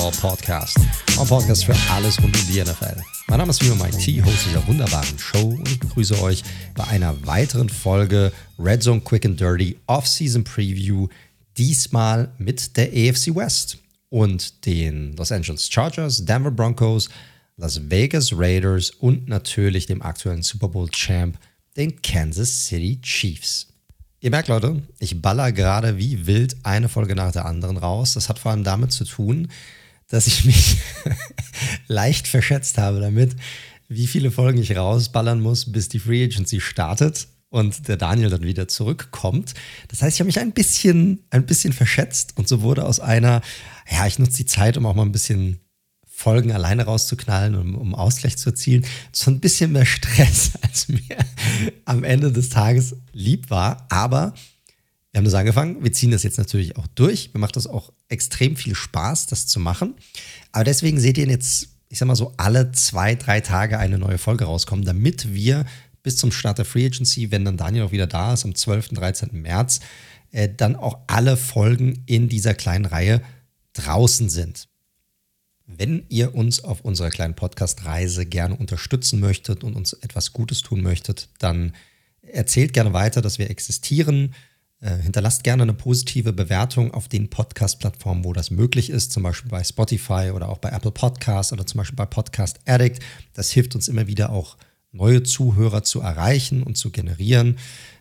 Football Podcast. Ein Podcast für alles rund um die NFL. Mein Name ist Mio Mike T, Host dieser wunderbaren Show und ich begrüße euch bei einer weiteren Folge Red Zone Quick and Dirty Off-Season Preview, diesmal mit der AFC West und den Los Angeles Chargers, Denver Broncos, Las Vegas Raiders und natürlich dem aktuellen Super Bowl Champ, den Kansas City Chiefs. Ihr merkt, Leute, ich baller gerade wie wild eine Folge nach der anderen raus. Das hat vor allem damit zu tun, dass ich mich leicht verschätzt habe damit, wie viele Folgen ich rausballern muss, bis die Free Agency startet und der Daniel dann wieder zurückkommt. Das heißt, ich habe mich ein bisschen verschätzt und so wurde aus einer, ich nutze die Zeit, um auch mal ein bisschen Folgen alleine rauszuknallen, um Ausgleich zu erzielen, so ein bisschen mehr Stress, als mir am Ende des Tages lieb war. Aber wir haben das angefangen, wir ziehen das jetzt natürlich auch durch. Mir macht das auch extrem viel Spaß, das zu machen. Aber deswegen seht ihr jetzt, ich sag mal so, alle 2-3 Tage eine neue Folge rauskommen, damit wir bis zum Start der Free Agency, wenn dann Daniel auch wieder da ist, am 12. 13. März, dann auch alle Folgen in dieser kleinen Reihe draußen sind. Wenn ihr uns auf unserer kleinen Podcast-Reise gerne unterstützen möchtet und uns etwas Gutes tun möchtet, dann erzählt gerne weiter, dass wir existieren. Hinterlasst gerne eine positive Bewertung auf den Podcast-Plattformen, wo das möglich ist, zum Beispiel bei Spotify oder auch bei Apple Podcasts oder zum Beispiel bei Podcast Addict. Das hilft uns immer wieder auch, neue Zuhörer zu erreichen und zu generieren.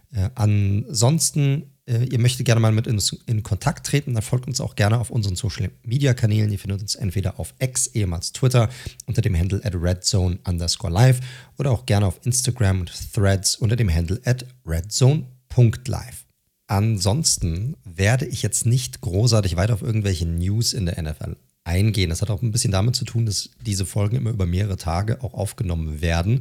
Ansonsten, ihr möchtet gerne mal mit uns in Kontakt treten, dann folgt uns auch gerne auf unseren Social-Media-Kanälen. Ihr findet uns entweder auf X, ehemals Twitter, unter dem Handle @redzone_live oder auch gerne auf Instagram und Threads unter dem Handle @redzone.live. Ansonsten werde ich jetzt nicht großartig weiter auf irgendwelche News in der NFL eingehen. Das hat auch ein bisschen damit zu tun, dass diese Folgen immer über mehrere Tage auch aufgenommen werden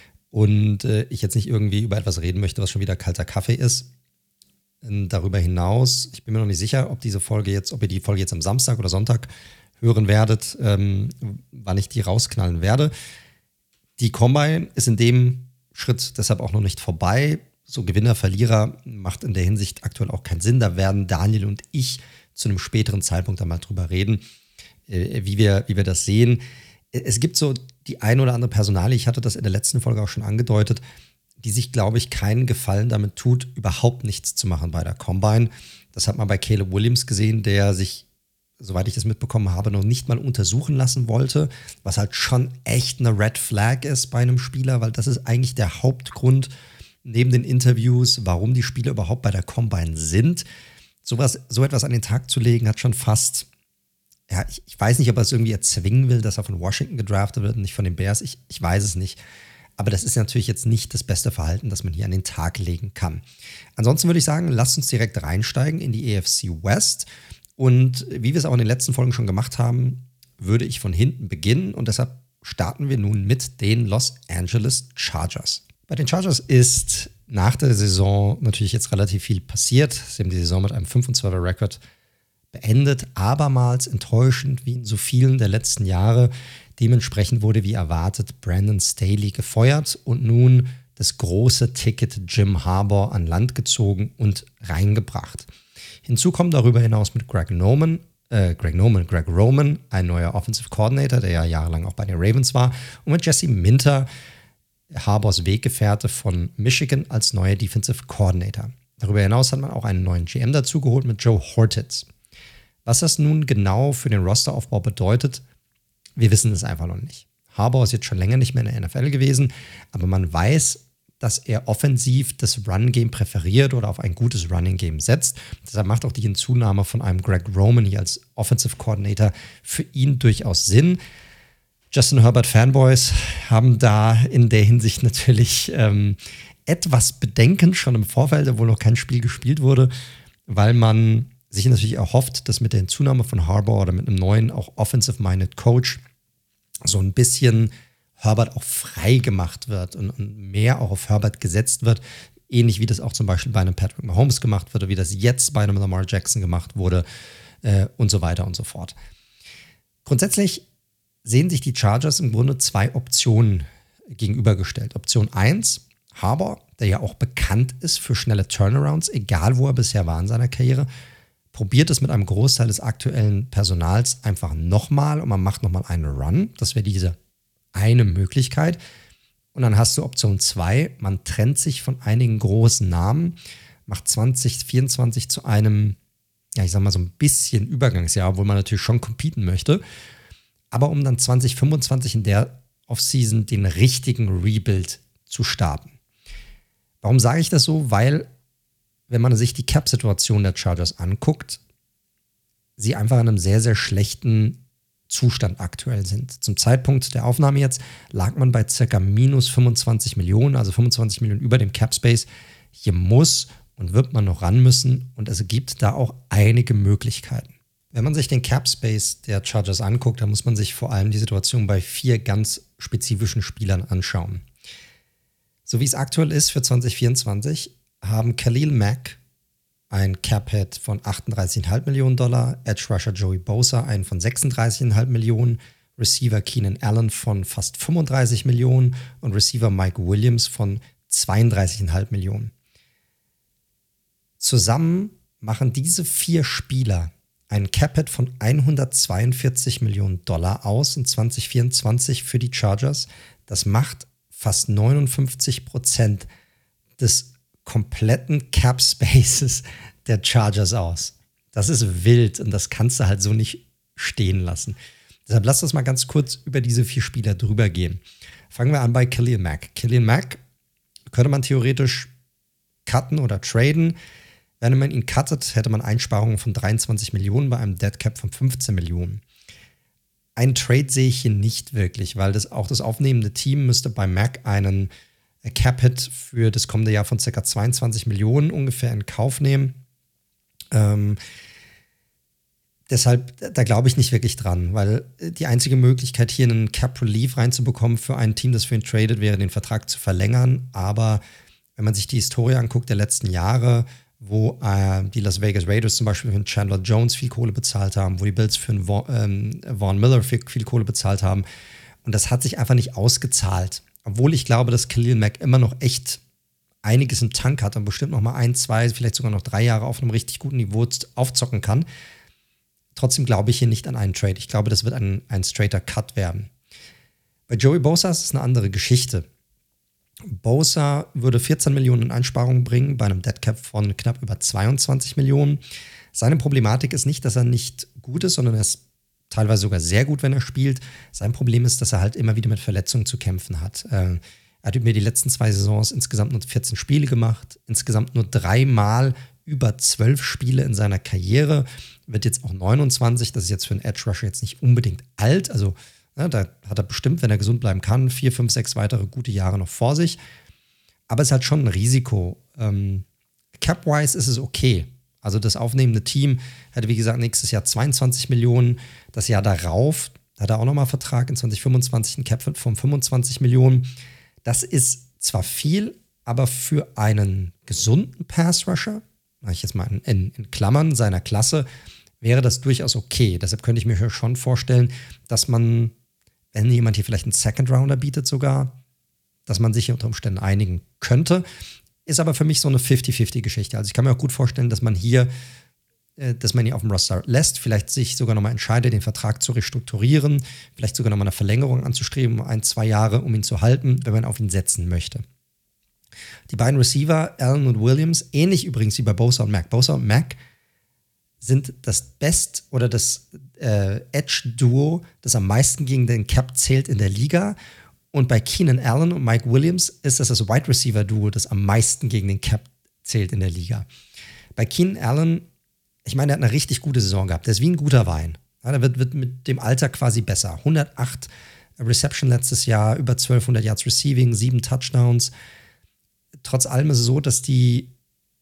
und ich jetzt nicht irgendwie über etwas reden möchte, was schon wieder kalter Kaffee ist. Darüber hinaus, ich bin mir noch nicht sicher, ob ihr die Folge jetzt am Samstag oder Sonntag hören werdet, wann ich die rausknallen werde. Die Combine ist in dem Schritt deshalb auch noch nicht vorbei. So Gewinner, Verlierer macht in der Hinsicht aktuell auch keinen Sinn. Da werden Daniel und ich zu einem späteren Zeitpunkt einmal drüber reden, wie wir das sehen. Es gibt so die ein oder andere Personalie, ich hatte das in der letzten Folge auch schon angedeutet, die sich, glaube ich, keinen Gefallen damit tut, überhaupt nichts zu machen bei der Combine. Das hat man bei Caleb Williams gesehen, der sich, soweit ich das mitbekommen habe, noch nicht mal untersuchen lassen wollte, was halt schon echt eine Red Flag ist bei einem Spieler, weil das ist eigentlich der Hauptgrund neben den Interviews, warum die Spieler überhaupt bei der Combine sind. So etwas an den Tag zu legen, hat schon fast, ich weiß nicht, ob er es irgendwie erzwingen will, dass er von Washington gedraftet wird und nicht von den Bears. Ich weiß es nicht. Aber das ist natürlich jetzt nicht das beste Verhalten, das man hier an den Tag legen kann. Ansonsten würde ich sagen, lasst uns direkt reinsteigen in die AFC West. Und wie wir es auch in den letzten Folgen schon gemacht haben, würde ich von hinten beginnen. Und deshalb starten wir nun mit den Los Angeles Chargers. Bei den Chargers ist nach der Saison natürlich jetzt relativ viel passiert. Sie haben die Saison mit einem 5-2er Rekord beendet, abermals enttäuschend wie in so vielen der letzten Jahre. Dementsprechend wurde wie erwartet Brandon Staley gefeuert und nun das große Ticket Jim Harbaugh an Land gezogen und reingebracht. Hinzu kommt darüber hinaus mit Greg Roman, ein neuer Offensive Coordinator, der ja jahrelang auch bei den Ravens war, und mit Jesse Minter, Harbaughs Weggefährte von Michigan, als neuer Defensive Coordinator. Darüber hinaus hat man auch einen neuen GM dazugeholt mit Joe Hortitz. Was das nun genau für den Rosteraufbau bedeutet, wir wissen es einfach noch nicht. Harbaugh ist jetzt schon länger nicht mehr in der NFL gewesen, aber man weiß, dass er offensiv das Run-Game präferiert oder auf ein gutes Running-Game setzt. Deshalb macht auch die Hinzunahme von einem Greg Roman hier als Offensive Coordinator für ihn durchaus Sinn. Justin Herbert-Fanboys haben da in der Hinsicht natürlich etwas Bedenken schon im Vorfeld, obwohl noch kein Spiel gespielt wurde, weil man sich natürlich erhofft, dass mit der Hinzunahme von Harbaugh oder mit einem neuen, auch offensive-minded Coach so ein bisschen Herbert auch frei gemacht wird und mehr auch auf Herbert gesetzt wird, ähnlich wie das auch zum Beispiel bei einem Patrick Mahomes gemacht wird oder wie das jetzt bei einem Lamar Jackson gemacht wurde und so weiter und so fort. Grundsätzlich sehen sich die Chargers im Grunde zwei Optionen gegenübergestellt. Option 1, Harbaugh, der ja auch bekannt ist für schnelle Turnarounds, egal wo er bisher war in seiner Karriere, probiert es mit einem Großteil des aktuellen Personals einfach nochmal und man macht nochmal einen Run. Das wäre diese eine Möglichkeit. Und dann hast du Option 2, man trennt sich von einigen großen Namen, macht 2024 zu einem, ja, ich sag mal so ein bisschen Übergangsjahr, obwohl man natürlich schon competen möchte, aber um dann 2025 in der Offseason den richtigen Rebuild zu starten. Warum sage ich das so? Weil, wenn man sich die Cap-Situation der Chargers anguckt, sie einfach in einem sehr, sehr schlechten Zustand aktuell sind. Zum Zeitpunkt der Aufnahme jetzt lag man bei ca. minus 25 Millionen, also 25 Millionen über dem Cap-Space. Hier muss und wird man noch ran müssen und es gibt da auch einige Möglichkeiten. Wenn man sich den Cap-Space der Chargers anguckt, dann muss man sich vor allem die Situation bei 4 ganz spezifischen Spielern anschauen. So wie es aktuell ist für 2024, haben Khalil Mack ein Cap-Hit von $38,5 Millionen, Edge Rusher Joey Bosa einen von $36,5 Millionen, Receiver Keenan Allen von fast $35 Millionen und Receiver Mike Williams von $32,5 Millionen. Zusammen machen diese 4 Spieler einen Cap-Hit von $142 Millionen aus in 2024 für die Chargers. Das macht fast 59% des kompletten Cap-Spaces der Chargers aus. Das ist wild und das kannst du halt so nicht stehen lassen. Deshalb lass uns mal ganz kurz über diese 4 Spieler drüber gehen. Fangen wir an bei Khalil Mack. Khalil Mack könnte man theoretisch cutten oder traden. Wenn man ihn cuttet, hätte man Einsparungen von 23 Millionen bei einem Dead Cap von 15 Millionen. Einen Trade sehe ich hier nicht wirklich, weil auch das aufnehmende Team müsste bei Mack einen Cap-Hit für das kommende Jahr von ca. 22 Millionen ungefähr in Kauf nehmen. Deshalb, da glaube ich nicht wirklich dran, weil die einzige Möglichkeit, hier einen Cap-Relief reinzubekommen für ein Team, das für ihn tradet, wäre, den Vertrag zu verlängern. Aber wenn man sich die Historie anguckt der letzten Jahre, wo die Las Vegas Raiders zum Beispiel für Chandler Jones viel Kohle bezahlt haben, wo die Bills für Von Miller viel Kohle bezahlt haben. Und das hat sich einfach nicht ausgezahlt. Obwohl ich glaube, dass Khalil Mack immer noch echt einiges im Tank hat und bestimmt noch mal 1, 2, vielleicht sogar noch 3 Jahre auf einem richtig guten Niveau aufzocken kann. Trotzdem glaube ich hier nicht an einen Trade. Ich glaube, das wird ein straighter Cut werden. Bei Joey Bosa ist es eine andere Geschichte. Bosa würde 14 Millionen in Einsparungen bringen bei einem Dead Cap von knapp über 22 Millionen. Seine Problematik ist nicht, dass er nicht gut ist, sondern er ist teilweise sogar sehr gut, wenn er spielt. Sein Problem ist, dass er halt immer wieder mit Verletzungen zu kämpfen hat. Er hat über die letzten 2 Saisons insgesamt nur 14 Spiele gemacht, insgesamt nur 3 Mal über 12 Spiele in seiner Karriere, wird jetzt auch 29, das ist jetzt für einen Edge Rusher jetzt nicht unbedingt alt, also ja, da hat er bestimmt, wenn er gesund bleiben kann, 4, 5, 6 weitere gute Jahre noch vor sich, aber es ist halt schon ein Risiko. Cap-wise ist es okay. Also das aufnehmende Team hätte, wie gesagt, nächstes Jahr 22 Millionen. Das Jahr darauf hat er auch nochmal Vertrag in 2025, ein Cap von 25 Millionen. Das ist zwar viel, aber für einen gesunden Pass-Rusher, mache ich jetzt mal in Klammern seiner Klasse, wäre das durchaus okay. Deshalb könnte ich mir schon vorstellen, dass man, wenn jemand hier vielleicht einen Second-Rounder bietet sogar, dass man sich hier unter Umständen einigen könnte. Ist aber für mich so eine 50-50-Geschichte. Also ich kann mir auch gut vorstellen, dass man hier auf dem Roster lässt, vielleicht sich sogar nochmal entscheidet, den Vertrag zu restrukturieren, vielleicht sogar nochmal eine Verlängerung anzustreben, 1, 2 Jahre, um ihn zu halten, wenn man auf ihn setzen möchte. Die beiden Receiver, Allen und Williams, ähnlich übrigens wie bei Bosa und Mack. Bosa und Mack sind das Best- oder das Edge-Duo, das am meisten gegen den Cap zählt in der Liga. Und bei Keenan Allen und Mike Williams ist das Wide Receiver Duo, das am meisten gegen den Cap zählt in der Liga. Bei Keenan Allen, ich meine, der hat eine richtig gute Saison gehabt. Der ist wie ein guter Wein. Ja, der wird mit dem Alter quasi besser. 108 Reception letztes Jahr, über 1200 Yards Receiving, 7 Touchdowns. Trotz allem ist es so, dass die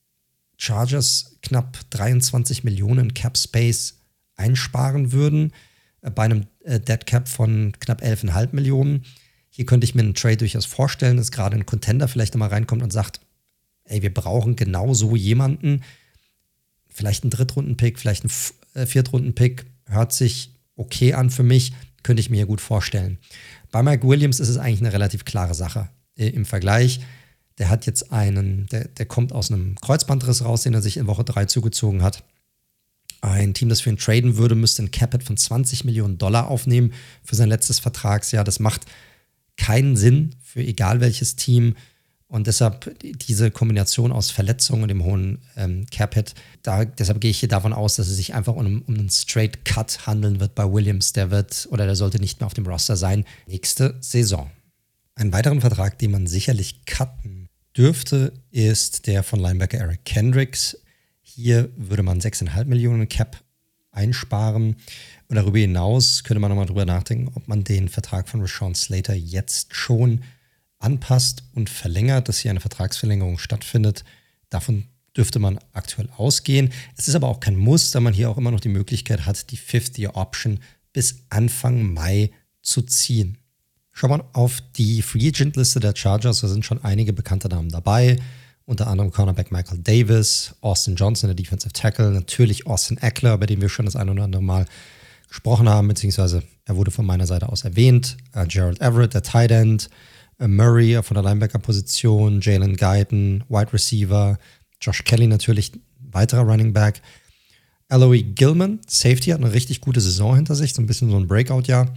Chargers knapp 23 Millionen Cap Space einsparen würden, bei einem Dead Cap von knapp 11,5 Millionen. Hier könnte ich mir einen Trade durchaus vorstellen, dass gerade ein Contender vielleicht nochmal reinkommt und sagt, ey, wir brauchen genau so jemanden, vielleicht einen Drittrunden-Pick, vielleicht einen Viertrunden-Pick, hört sich okay an für mich, könnte ich mir hier gut vorstellen. Bei Mike Williams ist es eigentlich eine relativ klare Sache. Im Vergleich, der hat jetzt der kommt aus einem Kreuzbandriss raus, den er sich in Woche 3 zugezogen hat. Ein Team, das für ihn traden würde, müsste ein Cap-Hit von $20 Millionen aufnehmen für sein letztes Vertragsjahr. Das macht keinen Sinn für egal welches Team. Und deshalb diese Kombination aus Verletzungen und dem hohen Cap-Hit, deshalb gehe ich hier davon aus, dass es sich einfach um einen Straight Cut handeln wird bei Williams. Der sollte nicht mehr auf dem Roster sein nächste Saison. Einen weiteren Vertrag, den man sicherlich cutten dürfte, ist der von Linebacker Eric Kendricks. Hier würde man 6,5 Millionen Cap einsparen. Und darüber hinaus könnte man nochmal drüber nachdenken, ob man den Vertrag von Rashawn Slater jetzt schon anpasst und verlängert, dass hier eine Vertragsverlängerung stattfindet. Davon dürfte man aktuell ausgehen. Es ist aber auch kein Muss, da man hier auch immer noch die Möglichkeit hat, die Fifth-Year-Option bis Anfang Mai zu ziehen. Schauen wir auf die Free-Agent-Liste der Chargers. Da sind schon einige bekannte Namen dabei. Unter anderem Cornerback Michael Davis, Austin Johnson, der Defensive Tackle, natürlich Austin Eckler, über den wir schon das ein oder andere Mal gesprochen haben, beziehungsweise er wurde von meiner Seite aus erwähnt. Gerald Everett, der Tight End, Murray von der Linebacker-Position, Jalen Guyton, Wide Receiver, Josh Kelly natürlich, weiterer Running Back. Aloy Gilman, Safety, hat eine richtig gute Saison hinter sich, so ein bisschen so ein Breakout-Jahr.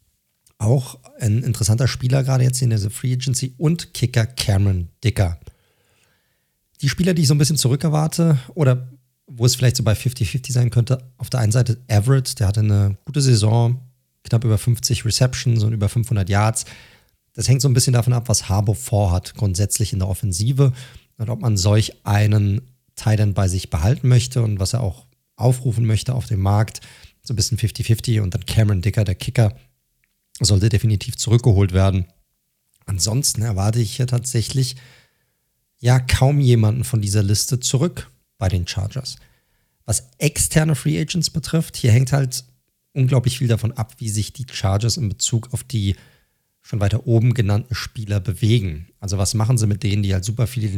Auch ein interessanter Spieler gerade jetzt in dieser Free Agency und Kicker Cameron Dicker. Die Spieler, die ich so ein bisschen zurückerwarte oder wo es vielleicht so bei 50-50 sein könnte, auf der einen Seite Everett, der hatte eine gute Saison, knapp über 50 Receptions und über 500 Yards. Das hängt so ein bisschen davon ab, was Harbaugh vorhat, grundsätzlich in der Offensive und ob man solch einen Tight End bei sich behalten möchte und was er auch aufrufen möchte auf dem Markt. So ein bisschen 50-50 und dann Cameron Dicker, der Kicker, sollte definitiv zurückgeholt werden. Ansonsten erwarte ich hier tatsächlich kaum jemanden von dieser Liste zurück bei den Chargers. Was externe Free Agents betrifft, hier hängt halt unglaublich viel davon ab, wie sich die Chargers in Bezug auf die schon weiter oben genannten Spieler bewegen. Also was machen sie mit denen, die halt super viel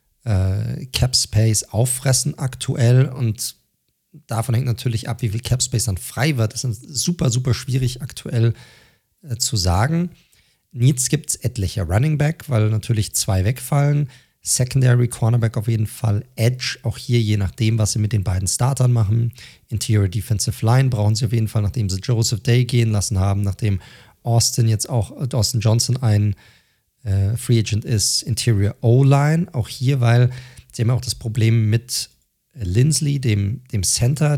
Cap Space auffressen aktuell, und davon hängt natürlich ab, wie viel Cap Space dann frei wird. Das ist super, super schwierig aktuell zu sagen. Needs gibt es etliche. Running Back, weil natürlich 2 wegfallen. Secondary, Cornerback auf jeden Fall. Edge, auch hier je nachdem, was sie mit den beiden Startern machen. Interior Defensive Line brauchen sie auf jeden Fall, nachdem sie Joseph Day gehen lassen haben, nachdem Austin Johnson ein Free Agent ist. Interior O-Line, auch hier, weil sie haben ja auch das Problem mit Lindsley, dem Center,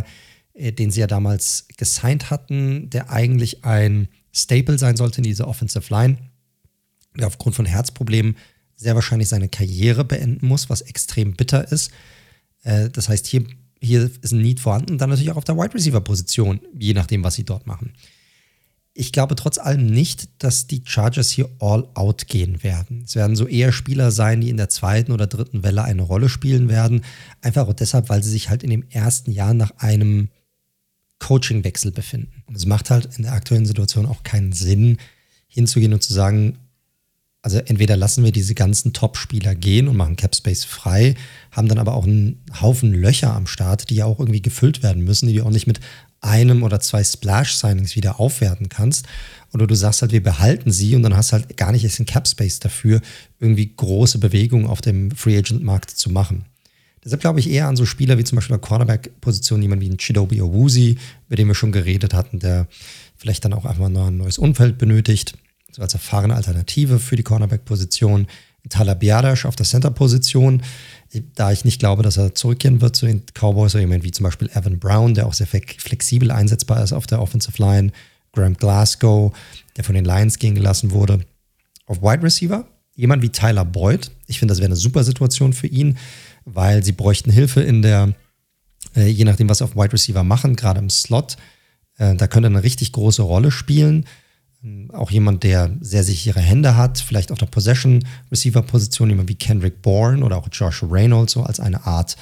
den sie ja damals gesigned hatten, der eigentlich ein Staple sein sollte in dieser Offensive Line, der aufgrund von Herzproblemen sehr wahrscheinlich seine Karriere beenden muss, was extrem bitter ist. Das heißt, hier ist ein Need vorhanden, dann natürlich auch auf der Wide Receiver Position, je nachdem, was sie dort machen. Ich glaube trotz allem nicht, dass die Chargers hier all out gehen werden. Es werden so eher Spieler sein, die in der 2. oder 3. Welle eine Rolle spielen werden. Einfach auch deshalb, weil sie sich halt in dem ersten Jahr nach einem Coachingwechsel befinden. Und es macht halt in der aktuellen Situation auch keinen Sinn, hinzugehen und zu sagen, also entweder lassen wir diese ganzen Top-Spieler gehen und machen Capspace frei, haben dann aber auch einen Haufen Löcher am Start, die ja auch irgendwie gefüllt werden müssen, die du auch nicht mit einem oder 2 Splash-Signings wieder aufwerten kannst. Oder du sagst halt, wir behalten sie, und dann hast halt gar nicht erst den Capspace dafür, irgendwie große Bewegungen auf dem Free-Agent-Markt zu machen. Deshalb glaube ich eher an so Spieler wie zum Beispiel der Cornerback-Position, jemand wie ein Chidobe Awuzie, über den wir schon geredet hatten, der vielleicht dann auch einfach noch ein neues Umfeld benötigt, so als erfahrene Alternative für die Cornerback-Position. Tyler Biadasz auf der Center-Position, da ich nicht glaube, dass er zurückkehren wird zu den Cowboys, oder jemand wie zum Beispiel Evan Brown, der auch sehr flexibel einsetzbar ist auf der Offensive Line. Graham Glasgow, der von den Lions gehen gelassen wurde. Auf Wide Receiver, jemand wie Tyler Boyd. Ich finde, das wäre eine super Situation für ihn, weil sie bräuchten Hilfe in der, je nachdem, was sie auf Wide Receiver machen, gerade im Slot. Da könnte er eine richtig große Rolle spielen. Auch jemand, der sehr sichere Hände hat, vielleicht auf der Possession-Receiver-Position, jemand wie Kendrick Bourne oder auch Josh Reynolds, so als eine Art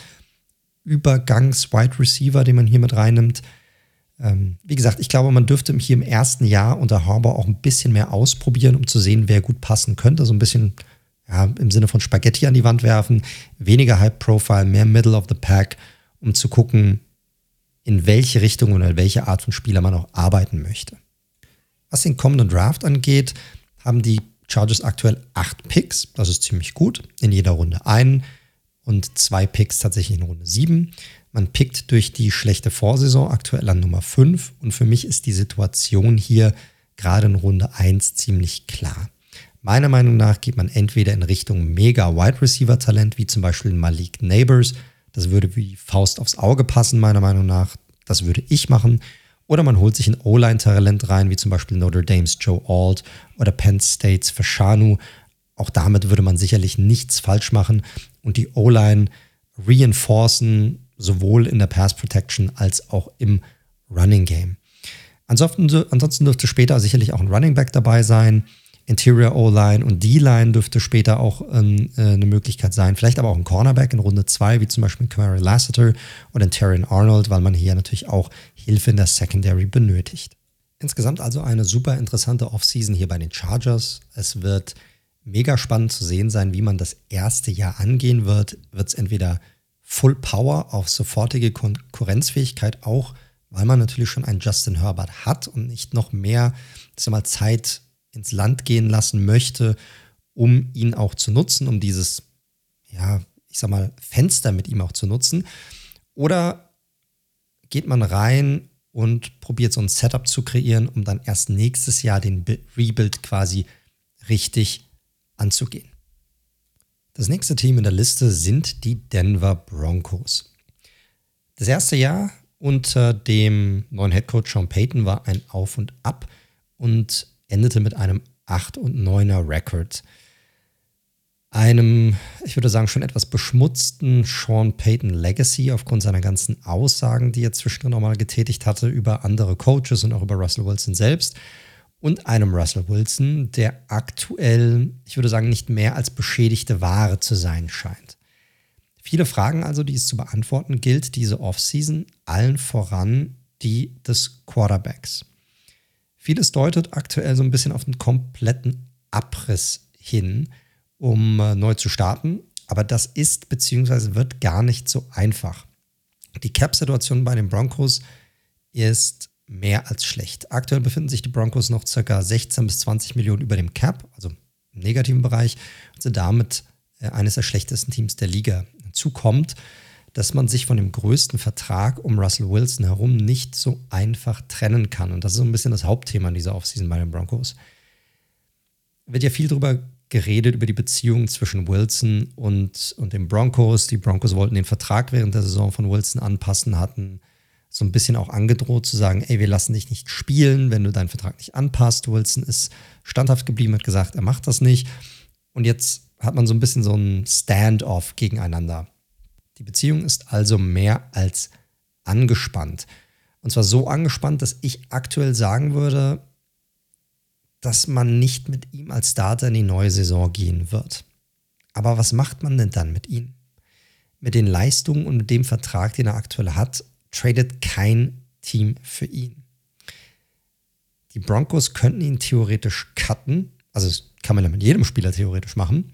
Übergangs-Wide-Receiver, den man hier mit reinnimmt. Wie gesagt, ich glaube, man dürfte hier im ersten Jahr unter Harbaugh auch ein bisschen mehr ausprobieren, um zu sehen, wer gut passen könnte. So ein bisschen im Sinne von Spaghetti an die Wand werfen, weniger High-Profile, mehr Middle of the Pack, um zu gucken, in welche Richtung oder welche Art von Spieler man auch arbeiten möchte. Was den kommenden Draft angeht, haben die Chargers aktuell 8 Picks. Das ist ziemlich gut. In jeder Runde 1 und 2 Picks tatsächlich in Runde 7. Man pickt durch die schlechte Vorsaison aktuell an Nummer 5 und für mich ist die Situation hier gerade in Runde 1 ziemlich klar. Meiner Meinung nach geht man entweder in Richtung Mega-Wide-Receiver-Talent, wie zum Beispiel Malik Neighbors. Das würde wie Faust aufs Auge passen, meiner Meinung nach. Das würde ich machen. Oder man holt sich ein O-Line-Talent rein, wie zum Beispiel Notre Dames Joe Alt oder Penn States Fashanu. Auch damit würde man sicherlich nichts falsch machen und die O-Line reinforcen, sowohl in der Pass Protection als auch im Running Game. Ansonsten dürfte später sicherlich auch ein Running Back dabei sein. Interior O-Line und D-Line dürfte später auch eine Möglichkeit sein. Vielleicht aber auch ein Cornerback in Runde 2, wie zum Beispiel Kamari Lassiter oder Terrion Arnold, weil man hier natürlich auch Hilfe in der Secondary benötigt. Insgesamt also eine super interessante Offseason hier bei den Chargers. Es wird mega spannend zu sehen sein, wie man das erste Jahr angehen wird. Wird es entweder Full Power auf sofortige Konkurrenzfähigkeit auch, weil man natürlich schon einen Justin Herbert hat und nicht noch mehr Zeit ins Land gehen lassen möchte, um ihn auch zu nutzen, um dieses, Fenster mit ihm auch zu nutzen. Oder geht man rein und probiert so ein Setup zu kreieren, um dann erst nächstes Jahr den Rebuild quasi richtig anzugehen. Das nächste Team in der Liste sind die Denver Broncos. Das erste Jahr unter dem neuen Headcoach Sean Payton war ein Auf und Ab und endete mit einem 8-9er Record. Einem, ich würde sagen, schon etwas beschmutzten Sean Payton Legacy aufgrund seiner ganzen Aussagen, die er zwischendrin nochmal getätigt hatte über andere Coaches und auch über Russell Wilson selbst. Und einem Russell Wilson, der aktuell, ich würde sagen, nicht mehr als beschädigte Ware zu sein scheint. Viele Fragen also, die es zu beantworten gilt, diese Offseason, allen voran die des Quarterbacks. Vieles deutet aktuell so ein bisschen auf einen kompletten Abriss hin, um neu zu starten. Aber das ist bzw. wird gar nicht so einfach. Die Cap-Situation bei den Broncos ist mehr als schlecht. Aktuell befinden sich die Broncos noch ca. 16 bis 20 Millionen über dem Cap, also im negativen Bereich, und sind damit eines der schlechtesten Teams der Liga. Hinzu kommt, dass man sich von dem größten Vertrag um Russell Wilson herum nicht so einfach trennen kann. Und das ist so ein bisschen das Hauptthema in dieser Offseason bei den Broncos. Wird ja viel darüber geredet, über die Beziehung zwischen Wilson und den Broncos. Die Broncos wollten den Vertrag während der Saison von Wilson anpassen, hatten so ein bisschen auch angedroht zu sagen, wir lassen dich nicht spielen, wenn du deinen Vertrag nicht anpasst. Wilson ist standhaft geblieben, hat gesagt, er macht das nicht. Und jetzt hat man so ein bisschen so ein Standoff gegeneinander. Die Beziehung ist also mehr als angespannt. Und zwar so angespannt, dass ich aktuell sagen würde, dass man nicht mit ihm als Starter in die neue Saison gehen wird. Aber was macht man denn dann mit ihm? Mit den Leistungen und mit dem Vertrag, den er aktuell hat, tradet kein Team für ihn. Die Broncos könnten ihn theoretisch cutten, also das kann man ja mit jedem Spieler theoretisch machen,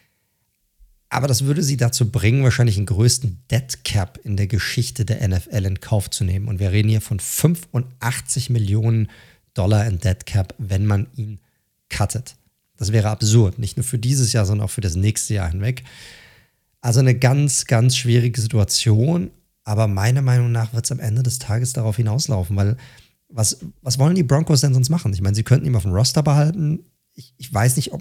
aber das würde sie dazu bringen, wahrscheinlich den größten Dead Cap in der Geschichte der NFL in Kauf zu nehmen. Und wir reden hier von 85 Millionen Dollar in Dead Cap, wenn man ihn cuttet. Das wäre absurd, nicht nur für dieses Jahr, sondern auch für das nächste Jahr hinweg. Also eine ganz, ganz schwierige Situation, aber meiner Meinung nach wird es am Ende des Tages darauf hinauslaufen, weil was wollen die Broncos denn sonst machen? Ich meine, sie könnten ihn auf dem Roster behalten. Ich weiß nicht,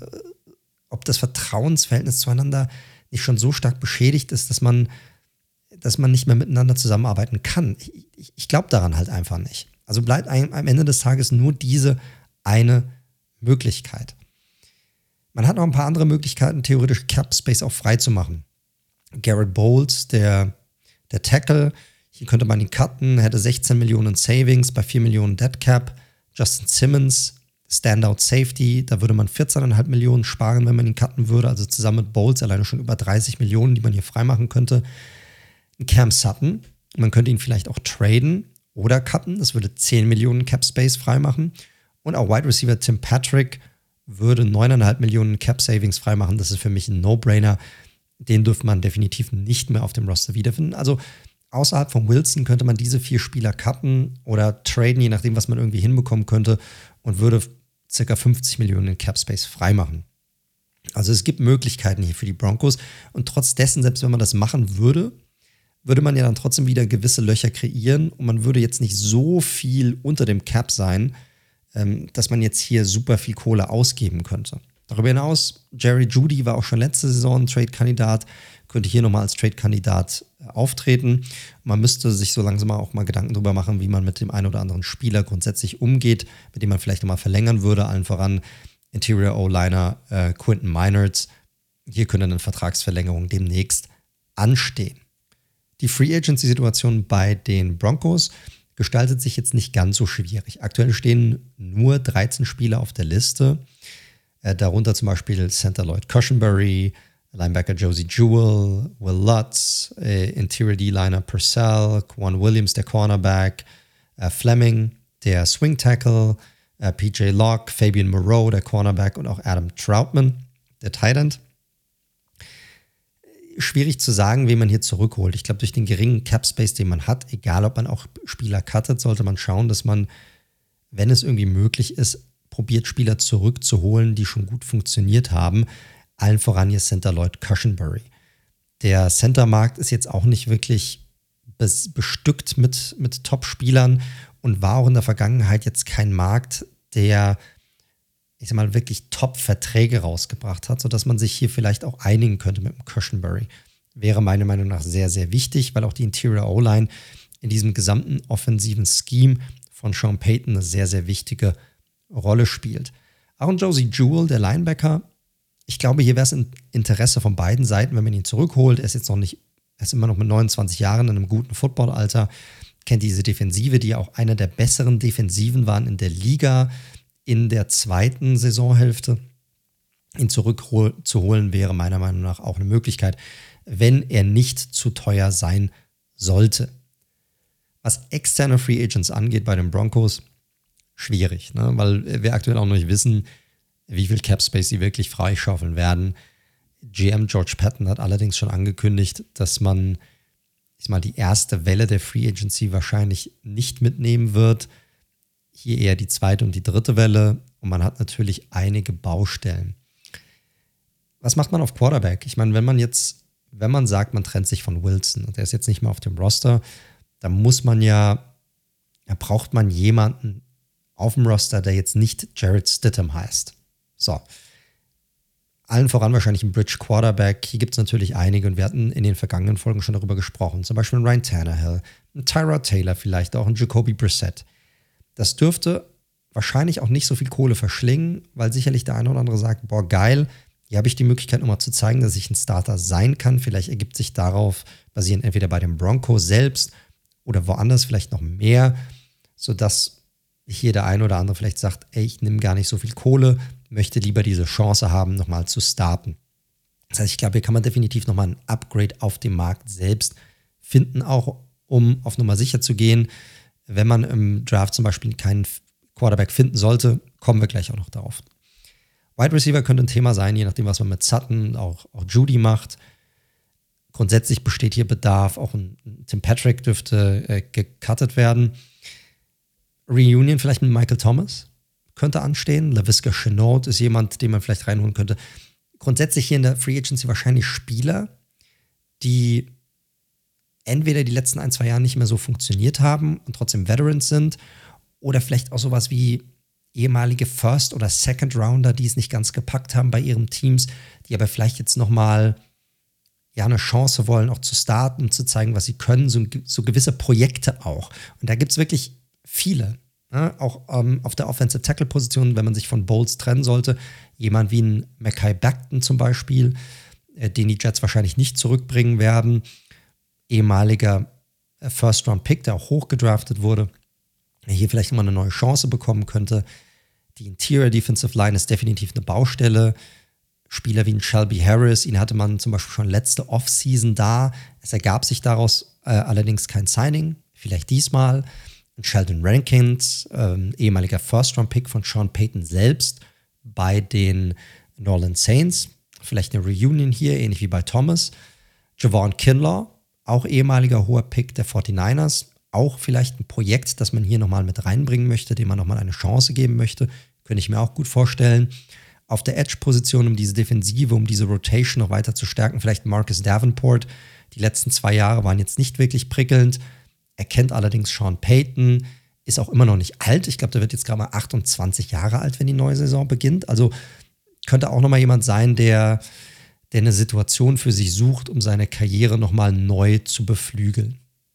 ob das Vertrauensverhältnis zueinander nicht schon so stark beschädigt ist, dass man nicht mehr miteinander zusammenarbeiten kann. Ich glaube daran halt einfach nicht. Also bleibt am Ende des Tages nur diese eine Möglichkeit. Man hat noch ein paar andere Möglichkeiten, theoretisch Cap Space auch frei zu machen. Garrett Bowles, der Tackle, hier könnte man ihn cutten, hätte 16 Millionen Savings bei 4 Millionen Dead Cap. Justin Simmons, Standout Safety, da würde man 14,5 Millionen sparen, wenn man ihn cutten würde. Also zusammen mit Bowles alleine schon über 30 Millionen, die man hier freimachen könnte. Cam Sutton, man könnte ihn vielleicht auch traden oder cutten. Das würde 10 Millionen Cap Space freimachen. Und auch Wide Receiver Tim Patrick würde 9,5 Millionen Cap Savings freimachen. Das ist für mich ein No-Brainer. Den dürfte man definitiv nicht mehr auf dem Roster wiederfinden. Also außerhalb von Wilson könnte man diese 4 Spieler cutten oder traden, je nachdem, was man irgendwie hinbekommen könnte, und würde ca. 50 Millionen in Cap Space freimachen. Also es gibt Möglichkeiten hier für die Broncos und trotz dessen, selbst wenn man das machen würde, würde man ja dann trotzdem wieder gewisse Löcher kreieren und man würde jetzt nicht so viel unter dem Cap sein, dass man jetzt hier super viel Kohle ausgeben könnte. Darüber hinaus, Jerry Jeudy war auch schon letzte Saison ein Trade-Kandidat, könnte hier nochmal als Trade-Kandidat auftreten. Man müsste sich so langsam auch mal Gedanken darüber machen, wie man mit dem einen oder anderen Spieler grundsätzlich umgeht, mit dem man vielleicht nochmal verlängern würde, allen voran Interior O-Liner Quinton Meinerz. Hier könnte eine Vertragsverlängerung demnächst anstehen. Die Free-Agency-Situation bei den Broncos gestaltet sich jetzt nicht ganz so schwierig. Aktuell stehen nur 13 Spieler auf der Liste, darunter zum Beispiel Center Lloyd Cushenberry, Linebacker Josie Jewell, Will Lutz, Interior D-Liner Purcell, Quan Williams, der Cornerback, Fleming, der Swing Tackle, PJ Locke, Fabian Moreau, der Cornerback und auch Adam Troutman, der Tight End. Schwierig zu sagen, wen man hier zurückholt. Ich glaube, durch den geringen Cap-Space, den man hat, egal ob man auch Spieler cuttet, sollte man schauen, dass man, wenn es irgendwie möglich ist, probiert, Spieler zurückzuholen, die schon gut funktioniert haben. Allen voran hier Center Lloyd Cushenberry. Der Center-Markt ist jetzt auch nicht wirklich bestückt mit Top-Spielern und war auch in der Vergangenheit jetzt kein Markt, der, ich sag mal, wirklich Top-Verträge rausgebracht hat, sodass man sich hier vielleicht auch einigen könnte mit dem Cushenberry. Wäre meiner Meinung nach sehr, sehr wichtig, weil auch die Interior O-Line in diesem gesamten offensiven Scheme von Sean Payton eine sehr, sehr wichtige Rolle spielt. Auch ein Josie Jewell, der Linebacker, ich glaube, hier wäre es ein Interesse von beiden Seiten, wenn man ihn zurückholt. Er ist immer noch mit 29 Jahren in einem guten Footballalter, kennt diese Defensive, die ja auch einer der besseren Defensiven waren in der Liga in der zweiten Saisonhälfte. Ihn zurückzuholen wäre meiner Meinung nach auch eine Möglichkeit, wenn er nicht zu teuer sein sollte. Was externe Free Agents angeht bei den Broncos, schwierig, ne? Weil wir aktuell auch noch nicht wissen, wie viel Cap Space sie wirklich freischaufeln werden. GM George Paton hat allerdings schon angekündigt, dass man die erste Welle der Free Agency wahrscheinlich nicht mitnehmen wird. Hier eher die zweite und die dritte Welle. Und man hat natürlich einige Baustellen. Was macht man auf Quarterback? Ich meine, wenn man sagt, man trennt sich von Wilson und der ist jetzt nicht mehr auf dem Roster, dann braucht man jemanden auf dem Roster, der jetzt nicht Jarrett Stidham heißt. So. Allen voran wahrscheinlich ein Bridge Quarterback. Hier gibt es natürlich einige und wir hatten in den vergangenen Folgen schon darüber gesprochen. Zum Beispiel ein Ryan Tannehill, ein Tyrod Taylor vielleicht, auch ein Jacoby Brissett. Das dürfte wahrscheinlich auch nicht so viel Kohle verschlingen, weil sicherlich der eine oder andere sagt, boah, geil, hier habe ich die Möglichkeit, nochmal zu zeigen, dass ich ein Starter sein kann. Vielleicht ergibt sich darauf basierend entweder bei den Broncos selbst oder woanders vielleicht noch mehr, sodass hier der eine oder andere vielleicht sagt, ey, ich nehme gar nicht so viel Kohle, möchte lieber diese Chance haben, nochmal zu starten. Das heißt, ich glaube, hier kann man definitiv nochmal ein Upgrade auf dem Markt selbst finden, auch um auf Nummer sicher zu gehen. Wenn man im Draft zum Beispiel keinen Quarterback finden sollte, kommen wir gleich auch noch darauf. Wide Receiver könnte ein Thema sein, je nachdem, was man mit Sutton, auch Jeudy macht. Grundsätzlich besteht hier Bedarf, auch ein Tim Patrick dürfte gecuttet werden. Reunion vielleicht mit Michael Thomas könnte anstehen. Laviska Shenault ist jemand, den man vielleicht reinholen könnte. Grundsätzlich hier in der Free Agency wahrscheinlich Spieler, die entweder die letzten 1-2 Jahre nicht mehr so funktioniert haben und trotzdem Veterans sind oder vielleicht auch sowas wie ehemalige First- oder Second-Rounder, die es nicht ganz gepackt haben bei ihren Teams, die aber vielleicht jetzt nochmal eine Chance wollen, auch zu starten, um zu zeigen, was sie können, so gewisse Projekte auch. Und da gibt es wirklich viele. Ja, auch auf der Offensive Tackle Position, wenn man sich von Bowles trennen sollte, jemand wie ein Mekhi Becton zum Beispiel, den die Jets wahrscheinlich nicht zurückbringen werden, ehemaliger First-Round-Pick, der auch hochgedraftet wurde, der hier vielleicht mal eine neue Chance bekommen könnte. Die Interior Defensive Line ist definitiv eine Baustelle. Spieler wie ein Shelby Harris, ihn hatte man zum Beispiel schon letzte Offseason da. Es ergab sich daraus allerdings kein Signing, vielleicht diesmal. Sheldon Rankins, ehemaliger First-Round-Pick von Sean Payton selbst bei den New Orleans Saints. Vielleicht eine Reunion hier, ähnlich wie bei Thomas. Javon Kinlaw, auch ehemaliger hoher Pick der 49ers. Auch vielleicht ein Projekt, das man hier nochmal mit reinbringen möchte, dem man nochmal eine Chance geben möchte. Könnte ich mir auch gut vorstellen. Auf der Edge-Position, um diese Defensive, um diese Rotation noch weiter zu stärken, vielleicht Marcus Davenport. Die letzten 2 Jahre waren jetzt nicht wirklich prickelnd. Er kennt allerdings Sean Payton, ist auch immer noch nicht alt. Ich glaube, der wird jetzt gerade mal 28 Jahre alt, wenn die neue Saison beginnt. Also könnte auch noch mal jemand sein, der eine Situation für sich sucht, um seine Karriere noch mal neu zu beflügeln.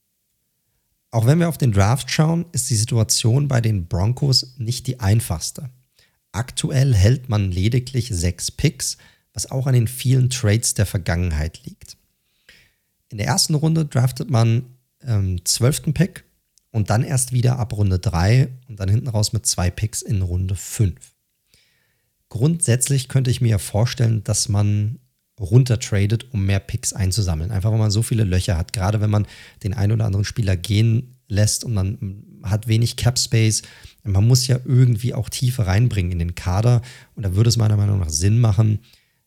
Auch wenn wir auf den Draft schauen, ist die Situation bei den Broncos nicht die einfachste. Aktuell hält man lediglich 6 Picks, was auch an den vielen Trades der Vergangenheit liegt. In der ersten Runde draftet man 12. Pick und dann erst wieder ab Runde 3 und dann hinten raus mit 2 Picks in Runde 5. Grundsätzlich könnte ich mir vorstellen, dass man runtertradet, um mehr Picks einzusammeln. Einfach, weil man so viele Löcher hat. Gerade wenn man den einen oder anderen Spieler gehen lässt und man hat wenig Cap Space. Man muss ja irgendwie auch Tiefe reinbringen in den Kader. Und da würde es meiner Meinung nach Sinn machen,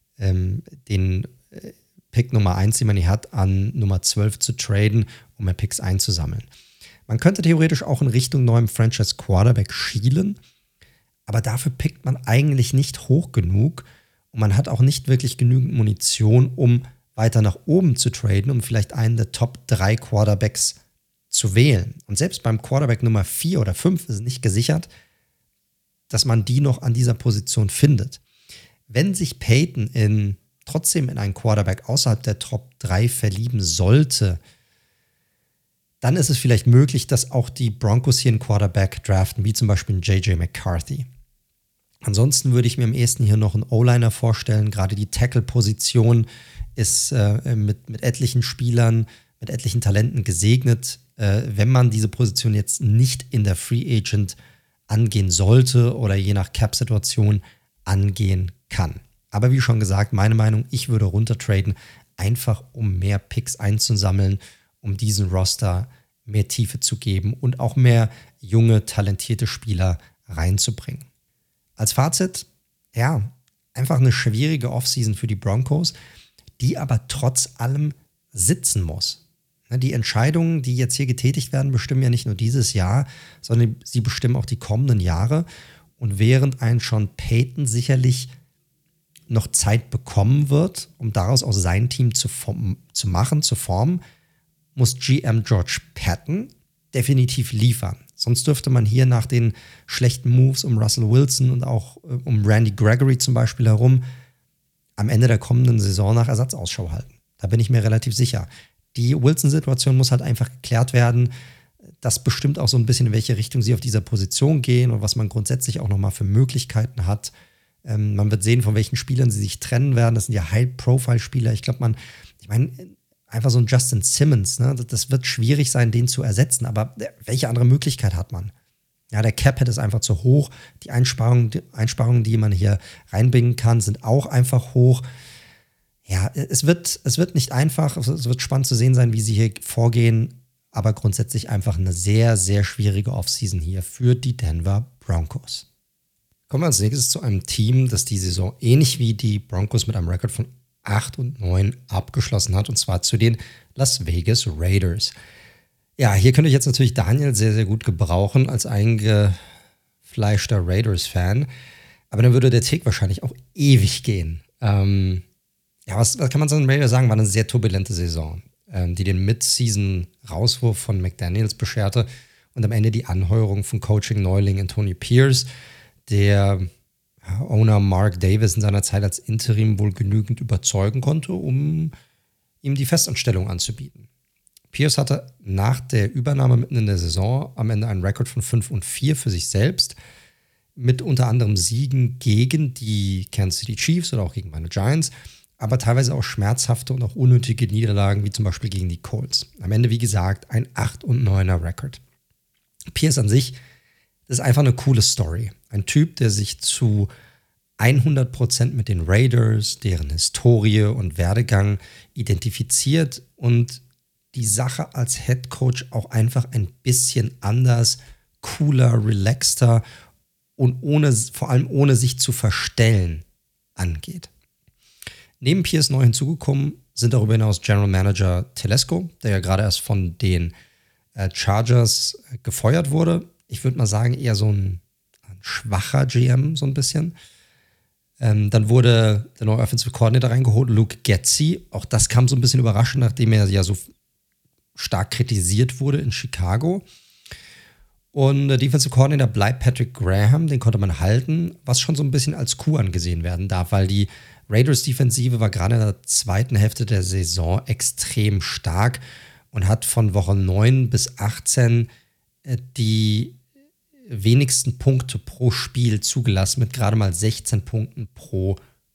den Pick Nummer 1, den man hier hat, an Nummer 12 zu traden, um mehr Picks einzusammeln. Man könnte theoretisch auch in Richtung neuem Franchise Quarterback schielen, aber dafür pickt man eigentlich nicht hoch genug und man hat auch nicht wirklich genügend Munition, um weiter nach oben zu traden, um vielleicht einen der Top 3 Quarterbacks zu wählen. Und selbst beim Quarterback Nummer 4 oder 5 ist nicht gesichert, dass man die noch an dieser Position findet. Wenn sich Payton trotzdem in einen Quarterback außerhalb der Top 3 verlieben sollte, dann ist es vielleicht möglich, dass auch die Broncos hier einen Quarterback draften, wie zum Beispiel einen J.J. McCarthy. Ansonsten würde ich mir am ehesten hier noch einen O-Liner vorstellen. Gerade die Tackle-Position ist mit etlichen Spielern, mit etlichen Talenten gesegnet. Wenn man diese Position jetzt nicht in der Free Agent angehen sollte oder je nach Cap-Situation angehen kann. Aber wie schon gesagt, meine Meinung, ich würde runtertraden, einfach um mehr Picks einzusammeln, um diesen Roster mehr Tiefe zu geben und auch mehr junge, talentierte Spieler reinzubringen. Als Fazit, ja, einfach eine schwierige Offseason für die Broncos, die aber trotz allem sitzen muss. Die Entscheidungen, die jetzt hier getätigt werden, bestimmen ja nicht nur dieses Jahr, sondern sie bestimmen auch die kommenden Jahre. Und während ein Sean Payton sicherlich noch Zeit bekommen wird, um daraus auch sein Team zu formen, muss GM George Paton definitiv liefern. Sonst dürfte man hier nach den schlechten Moves um Russell Wilson und auch um Randy Gregory zum Beispiel herum am Ende der kommenden Saison nach Ersatzausschau halten. Da bin ich mir relativ sicher. Die Wilson-Situation muss halt einfach geklärt werden. Das bestimmt auch so ein bisschen, in welche Richtung sie auf dieser Position gehen und was man grundsätzlich auch nochmal für Möglichkeiten hat. Man wird sehen, von welchen Spielern sie sich trennen werden. Das sind ja High-Profile-Spieler. Ich meine, einfach so ein Justin Simmons, ne? Das wird schwierig sein, den zu ersetzen. Aber welche andere Möglichkeit hat man? Ja, der Cap-Hit ist einfach zu hoch. Die Einsparungen, die man hier reinbringen kann, sind auch einfach hoch. Ja, es wird nicht einfach. Es wird spannend zu sehen sein, wie sie hier vorgehen. Aber grundsätzlich einfach eine sehr, sehr schwierige Offseason hier für die Denver Broncos. Kommen wir als nächstes zu einem Team, das die Saison ähnlich wie die Broncos mit einem Rekord von 8-9 abgeschlossen hat, und zwar zu den Las Vegas Raiders. Ja, hier könnte ich jetzt natürlich Daniel sehr, sehr gut gebrauchen als eingefleischter Raiders-Fan, aber dann würde der Take wahrscheinlich auch ewig gehen. Was kann man zu den Raiders sagen? War eine sehr turbulente Saison, die den Mid-Season-Rauswurf von McDaniels bescherte und am Ende die Anheuerung von Coaching-Neuling Antonio Pierce, der Owner Mark Davis in seiner Zeit als Interim wohl genügend überzeugen konnte, um ihm die Festanstellung anzubieten. Pierce hatte nach der Übernahme mitten in der Saison am Ende einen Rekord von 5-4 für sich selbst, mit unter anderem Siegen gegen die Kansas City Chiefs oder auch gegen meine Giants, aber teilweise auch schmerzhafte und auch unnötige Niederlagen, wie zum Beispiel gegen die Colts. Am Ende, wie gesagt, ein 8-9er Rekord. Pierce an sich, das ist einfach eine coole Story. Ein Typ, der sich zu 100% mit den Raiders, deren Historie und Werdegang identifiziert und die Sache als Head Coach auch einfach ein bisschen anders, cooler, relaxter und vor allem ohne sich zu verstellen angeht. Neben Pierce neu hinzugekommen sind darüber hinaus General Manager Telesco, der ja gerade erst von den Chargers gefeuert wurde. Ich würde mal sagen, eher so ein schwacher GM, so ein bisschen. Dann wurde der neue Offensive Coordinator reingeholt, Luke Getsy. Auch das kam so ein bisschen überraschend, nachdem er ja so stark kritisiert wurde in Chicago. Und der Defensive Coordinator bleibt Patrick Graham, den konnte man halten, was schon so ein bisschen als Coup angesehen werden darf, weil die Raiders-Defensive war gerade in der zweiten Hälfte der Saison extrem stark und hat von Woche 9 bis 18 die wenigsten Punkte pro Spiel zugelassen, mit gerade mal 16 Punkten pro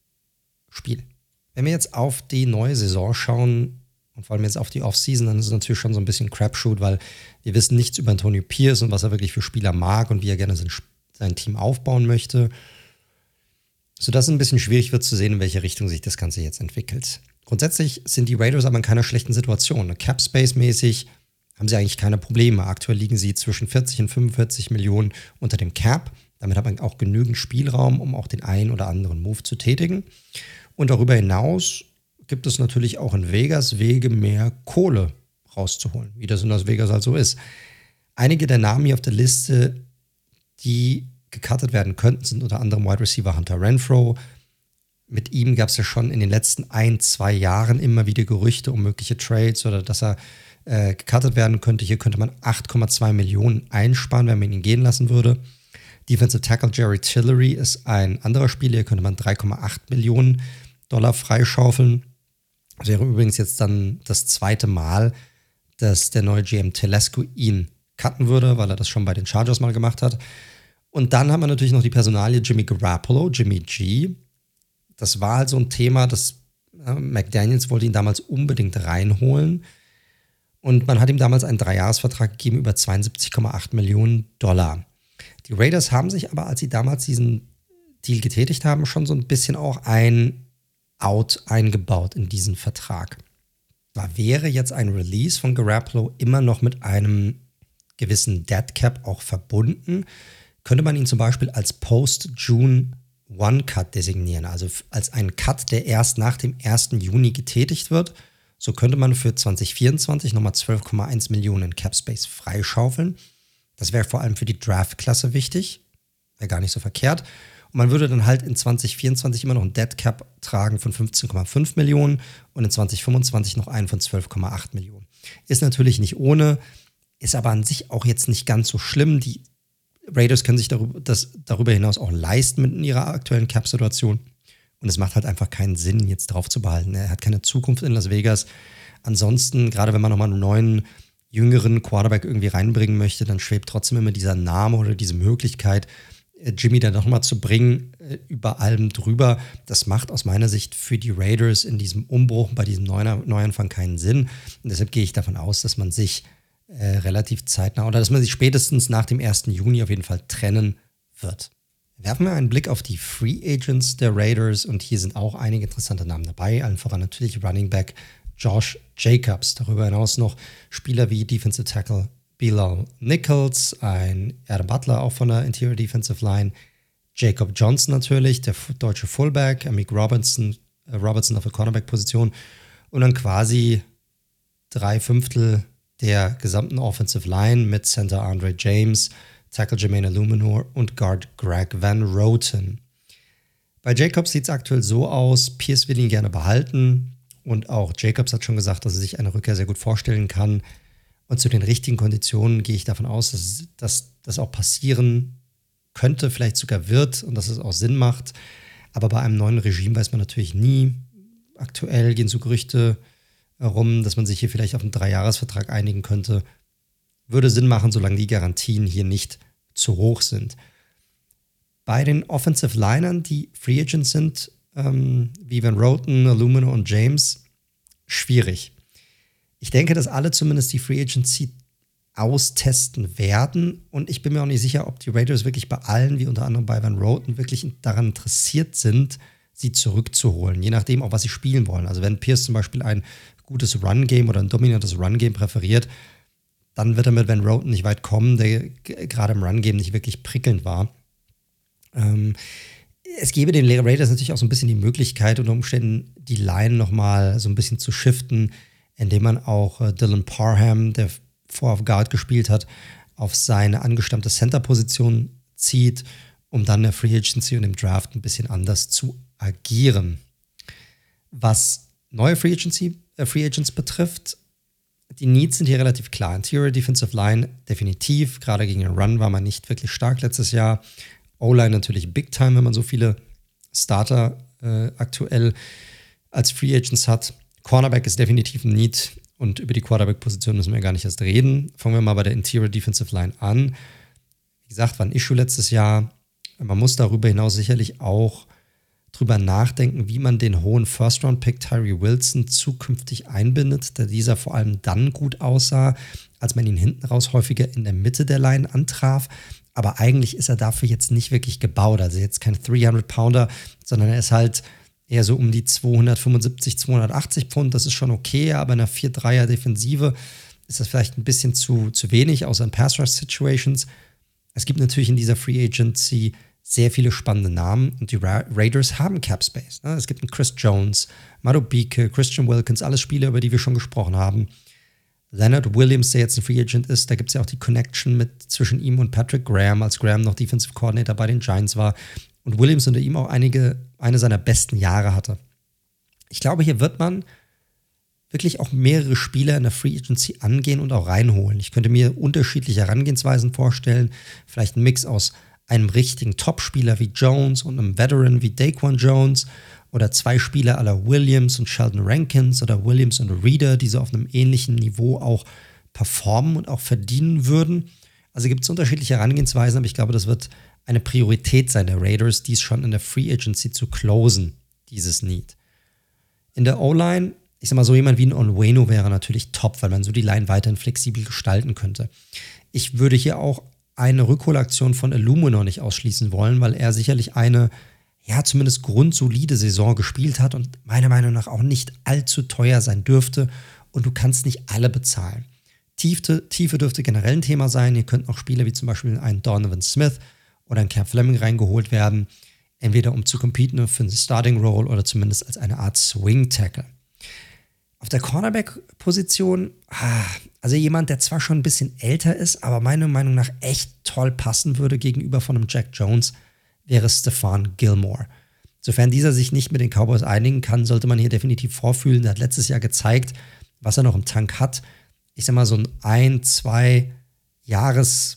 Spiel. Wenn wir jetzt auf die neue Saison schauen und vor allem jetzt auf die Offseason, dann ist es natürlich schon so ein bisschen Crapshoot, weil wir wissen nichts über Antonio Pierce und was er wirklich für Spieler mag und wie er gerne sein Team aufbauen möchte. Sodass es ein bisschen schwierig wird zu sehen, in welche Richtung sich das Ganze jetzt entwickelt. Grundsätzlich sind die Raiders aber in keiner schlechten Situation. Cap-Space-mäßig haben sie eigentlich keine Probleme. Aktuell liegen sie zwischen 40 und 45 Millionen unter dem Cap. Damit hat man auch genügend Spielraum, um auch den einen oder anderen Move zu tätigen. Und darüber hinaus gibt es natürlich auch in Vegas Wege, mehr Kohle rauszuholen, wie das in Las Vegas halt so ist. Einige der Namen hier auf der Liste, die gecuttet werden könnten, sind unter anderem Wide Receiver Hunter Renfrow. Mit ihm gab es ja schon in den letzten 1-2 Jahren immer wieder Gerüchte um mögliche Trades oder dass er gecuttet werden könnte. Hier könnte man 8,2 Millionen einsparen, wenn man ihn gehen lassen würde. Defensive Tackle Jerry Tillery ist ein anderer Spieler. Hier könnte man 3,8 Millionen Dollar freischaufeln. Das wäre übrigens jetzt dann das zweite Mal, dass der neue GM Telesco ihn cutten würde, weil er das schon bei den Chargers mal gemacht hat. Und dann haben wir natürlich noch die Personalie Jimmy Garoppolo, Jimmy G. Das war halt so ein Thema, das McDaniels wollte ihn damals unbedingt reinholen. Und man hat ihm damals einen 3-Jahres-Vertrag gegeben über 72,8 Millionen Dollar. Die Raiders haben sich aber, als sie damals diesen Deal getätigt haben, schon so ein bisschen auch ein Out eingebaut in diesen Vertrag. Da wäre jetzt ein Release von Garoppolo immer noch mit einem gewissen Dead Cap auch verbunden, könnte man ihn zum Beispiel als Post-June-One-Cut designieren, also als einen Cut, der erst nach dem 1. Juni getätigt wird. So könnte man für 2024 nochmal 12,1 Millionen Cap Space freischaufeln. Das wäre vor allem für die Draft-Klasse wichtig, wäre gar nicht so verkehrt. Und man würde dann halt in 2024 immer noch einen Dead Cap tragen von 15,5 Millionen und in 2025 noch einen von 12,8 Millionen. Ist natürlich nicht ohne, ist aber an sich auch jetzt nicht ganz so schlimm. Die Raiders können sich darüber hinaus auch leisten mit ihrer aktuellen Cap-Situation. Und es macht halt einfach keinen Sinn, jetzt drauf zu behalten. Er hat keine Zukunft in Las Vegas. Ansonsten, gerade wenn man nochmal einen neuen, jüngeren Quarterback irgendwie reinbringen möchte, dann schwebt trotzdem immer dieser Name oder diese Möglichkeit, Jimmy dann nochmal zu bringen, über allem drüber. Das macht aus meiner Sicht für die Raiders in diesem Umbruch, bei diesem Neuanfang keinen Sinn. Und deshalb gehe ich davon aus, dass man sich relativ zeitnah oder dass man sich spätestens nach dem 1. Juni auf jeden Fall trennen wird. Werfen wir einen Blick auf die Free Agents der Raiders und hier sind auch einige interessante Namen dabei, allen voran natürlich Running Back Josh Jacobs. Darüber hinaus noch Spieler wie Defensive Tackle Bilal Nichols, ein Adam Butler auch von der Interior Defensive Line, Jacob Johnson natürlich, der deutsche Fullback, Amik Robertson auf der Cornerback-Position und dann quasi 3/5 der gesamten Offensive Line mit Center Andre James, Tackle Jermaine Illuminor und Guard Greg Van Roten. Bei Jacobs sieht es aktuell so aus, Pierce will ihn gerne behalten und auch Jacobs hat schon gesagt, dass er sich eine Rückkehr sehr gut vorstellen kann. Und zu den richtigen Konditionen gehe ich davon aus, dass das auch passieren könnte, vielleicht sogar wird und dass es auch Sinn macht. Aber bei einem neuen Regime weiß man natürlich nie. Aktuell gehen so Gerüchte herum, dass man sich hier vielleicht auf einen 3-Jahres-Vertrag einigen könnte. Würde Sinn machen, solange die Garantien hier nicht zu hoch sind. Bei den Offensive Linern, die Free Agents sind, wie Van Roten, Illumino und James, schwierig. Ich denke, dass alle zumindest die Free Agency austesten werden und ich bin mir auch nicht sicher, ob die Raiders wirklich bei allen, wie unter anderem bei Van Roten, wirklich daran interessiert sind, sie zurückzuholen, je nachdem auch, was sie spielen wollen. Also wenn Pierce zum Beispiel ein gutes Run-Game oder ein dominantes Run-Game präferiert, dann wird er mit Van Roten nicht weit kommen, der gerade im Run-Game nicht wirklich prickelnd war. Es gäbe den Raiders natürlich auch so ein bisschen die Möglichkeit, unter Umständen die Line nochmal so ein bisschen zu shiften, indem man auch Dylan Parham, der vorher auf Guard gespielt hat, auf seine angestammte Center-Position zieht, um dann der Free Agency und im Draft ein bisschen anders zu agieren. Was neue Free Agents betrifft, die Needs sind hier relativ klar. Interior Defensive Line definitiv. Gerade gegen den Run war man nicht wirklich stark letztes Jahr. O-Line natürlich Big Time, wenn man so viele Starter aktuell als Free Agents hat. Cornerback ist definitiv ein Need und über die Quarterback-Position müssen wir gar nicht erst reden. Fangen wir mal bei der Interior Defensive Line an. Wie gesagt, war ein Issue letztes Jahr. Man muss darüber hinaus sicherlich auch drüber nachdenken, wie man den hohen First-Round-Pick Tyree Wilson zukünftig einbindet, da dieser vor allem dann gut aussah, als man ihn hinten raus häufiger in der Mitte der Line antraf. Aber eigentlich ist er dafür jetzt nicht wirklich gebaut. Also jetzt kein 300-Pounder, sondern er ist halt eher so um die 275, 280 Pfund. Das ist schon okay, aber in einer 4-3er-Defensive ist das vielleicht ein bisschen zu wenig, außer in Pass-Rush-Situations. Es gibt natürlich in dieser Free Agency sehr viele spannende Namen und die Raiders haben Cap Space. Ne? Es gibt einen Chris Jones, Madubuike, Christian Wilkins, alles Spieler, über die wir schon gesprochen haben. Leonard Williams, der jetzt ein Free Agent ist, da gibt es ja auch die Connection zwischen ihm und Patrick Graham, als Graham noch Defensive Coordinator bei den Giants war und Williams unter ihm auch eine seiner besten Jahre hatte. Ich glaube, hier wird man wirklich auch mehrere Spieler in der Free Agency angehen und auch reinholen. Ich könnte mir unterschiedliche Herangehensweisen vorstellen, vielleicht ein Mix aus einem richtigen Top-Spieler wie Jones und einem Veteran wie Daquan Jones oder zwei Spieler à la Williams und Sheldon Rankins oder Williams und Reader, die so auf einem ähnlichen Niveau auch performen und auch verdienen würden. Also gibt es unterschiedliche Herangehensweisen, aber ich glaube, das wird eine Priorität sein der Raiders, dies schon in der Free Agency zu closen, dieses Need. In der O-Line, ich sag mal, so jemand wie ein Onwenu wäre natürlich top, weil man so die Line weiterhin flexibel gestalten könnte. Ich würde hier auch eine Rückholaktion von Illuminor nicht ausschließen wollen, weil er sicherlich eine, ja, zumindest grundsolide Saison gespielt hat und meiner Meinung nach auch nicht allzu teuer sein dürfte und du kannst nicht alle bezahlen. Tiefe dürfte generell ein Thema sein. Hier könnten auch Spieler wie zum Beispiel ein Donovan Smith oder ein Cap Fleming reingeholt werden, entweder um zu competen für eine Starting Role oder zumindest als eine Art Swing Tackle. Auf der Cornerback-Position, also jemand, der zwar schon ein bisschen älter ist, aber meiner Meinung nach echt toll passen würde gegenüber von einem Jack Jones, wäre Stephon Gilmore. Sofern dieser sich nicht mit den Cowboys einigen kann, sollte man hier definitiv vorfühlen. Der hat letztes Jahr gezeigt, was er noch im Tank hat. Ich sag mal, so ein 2 Jahres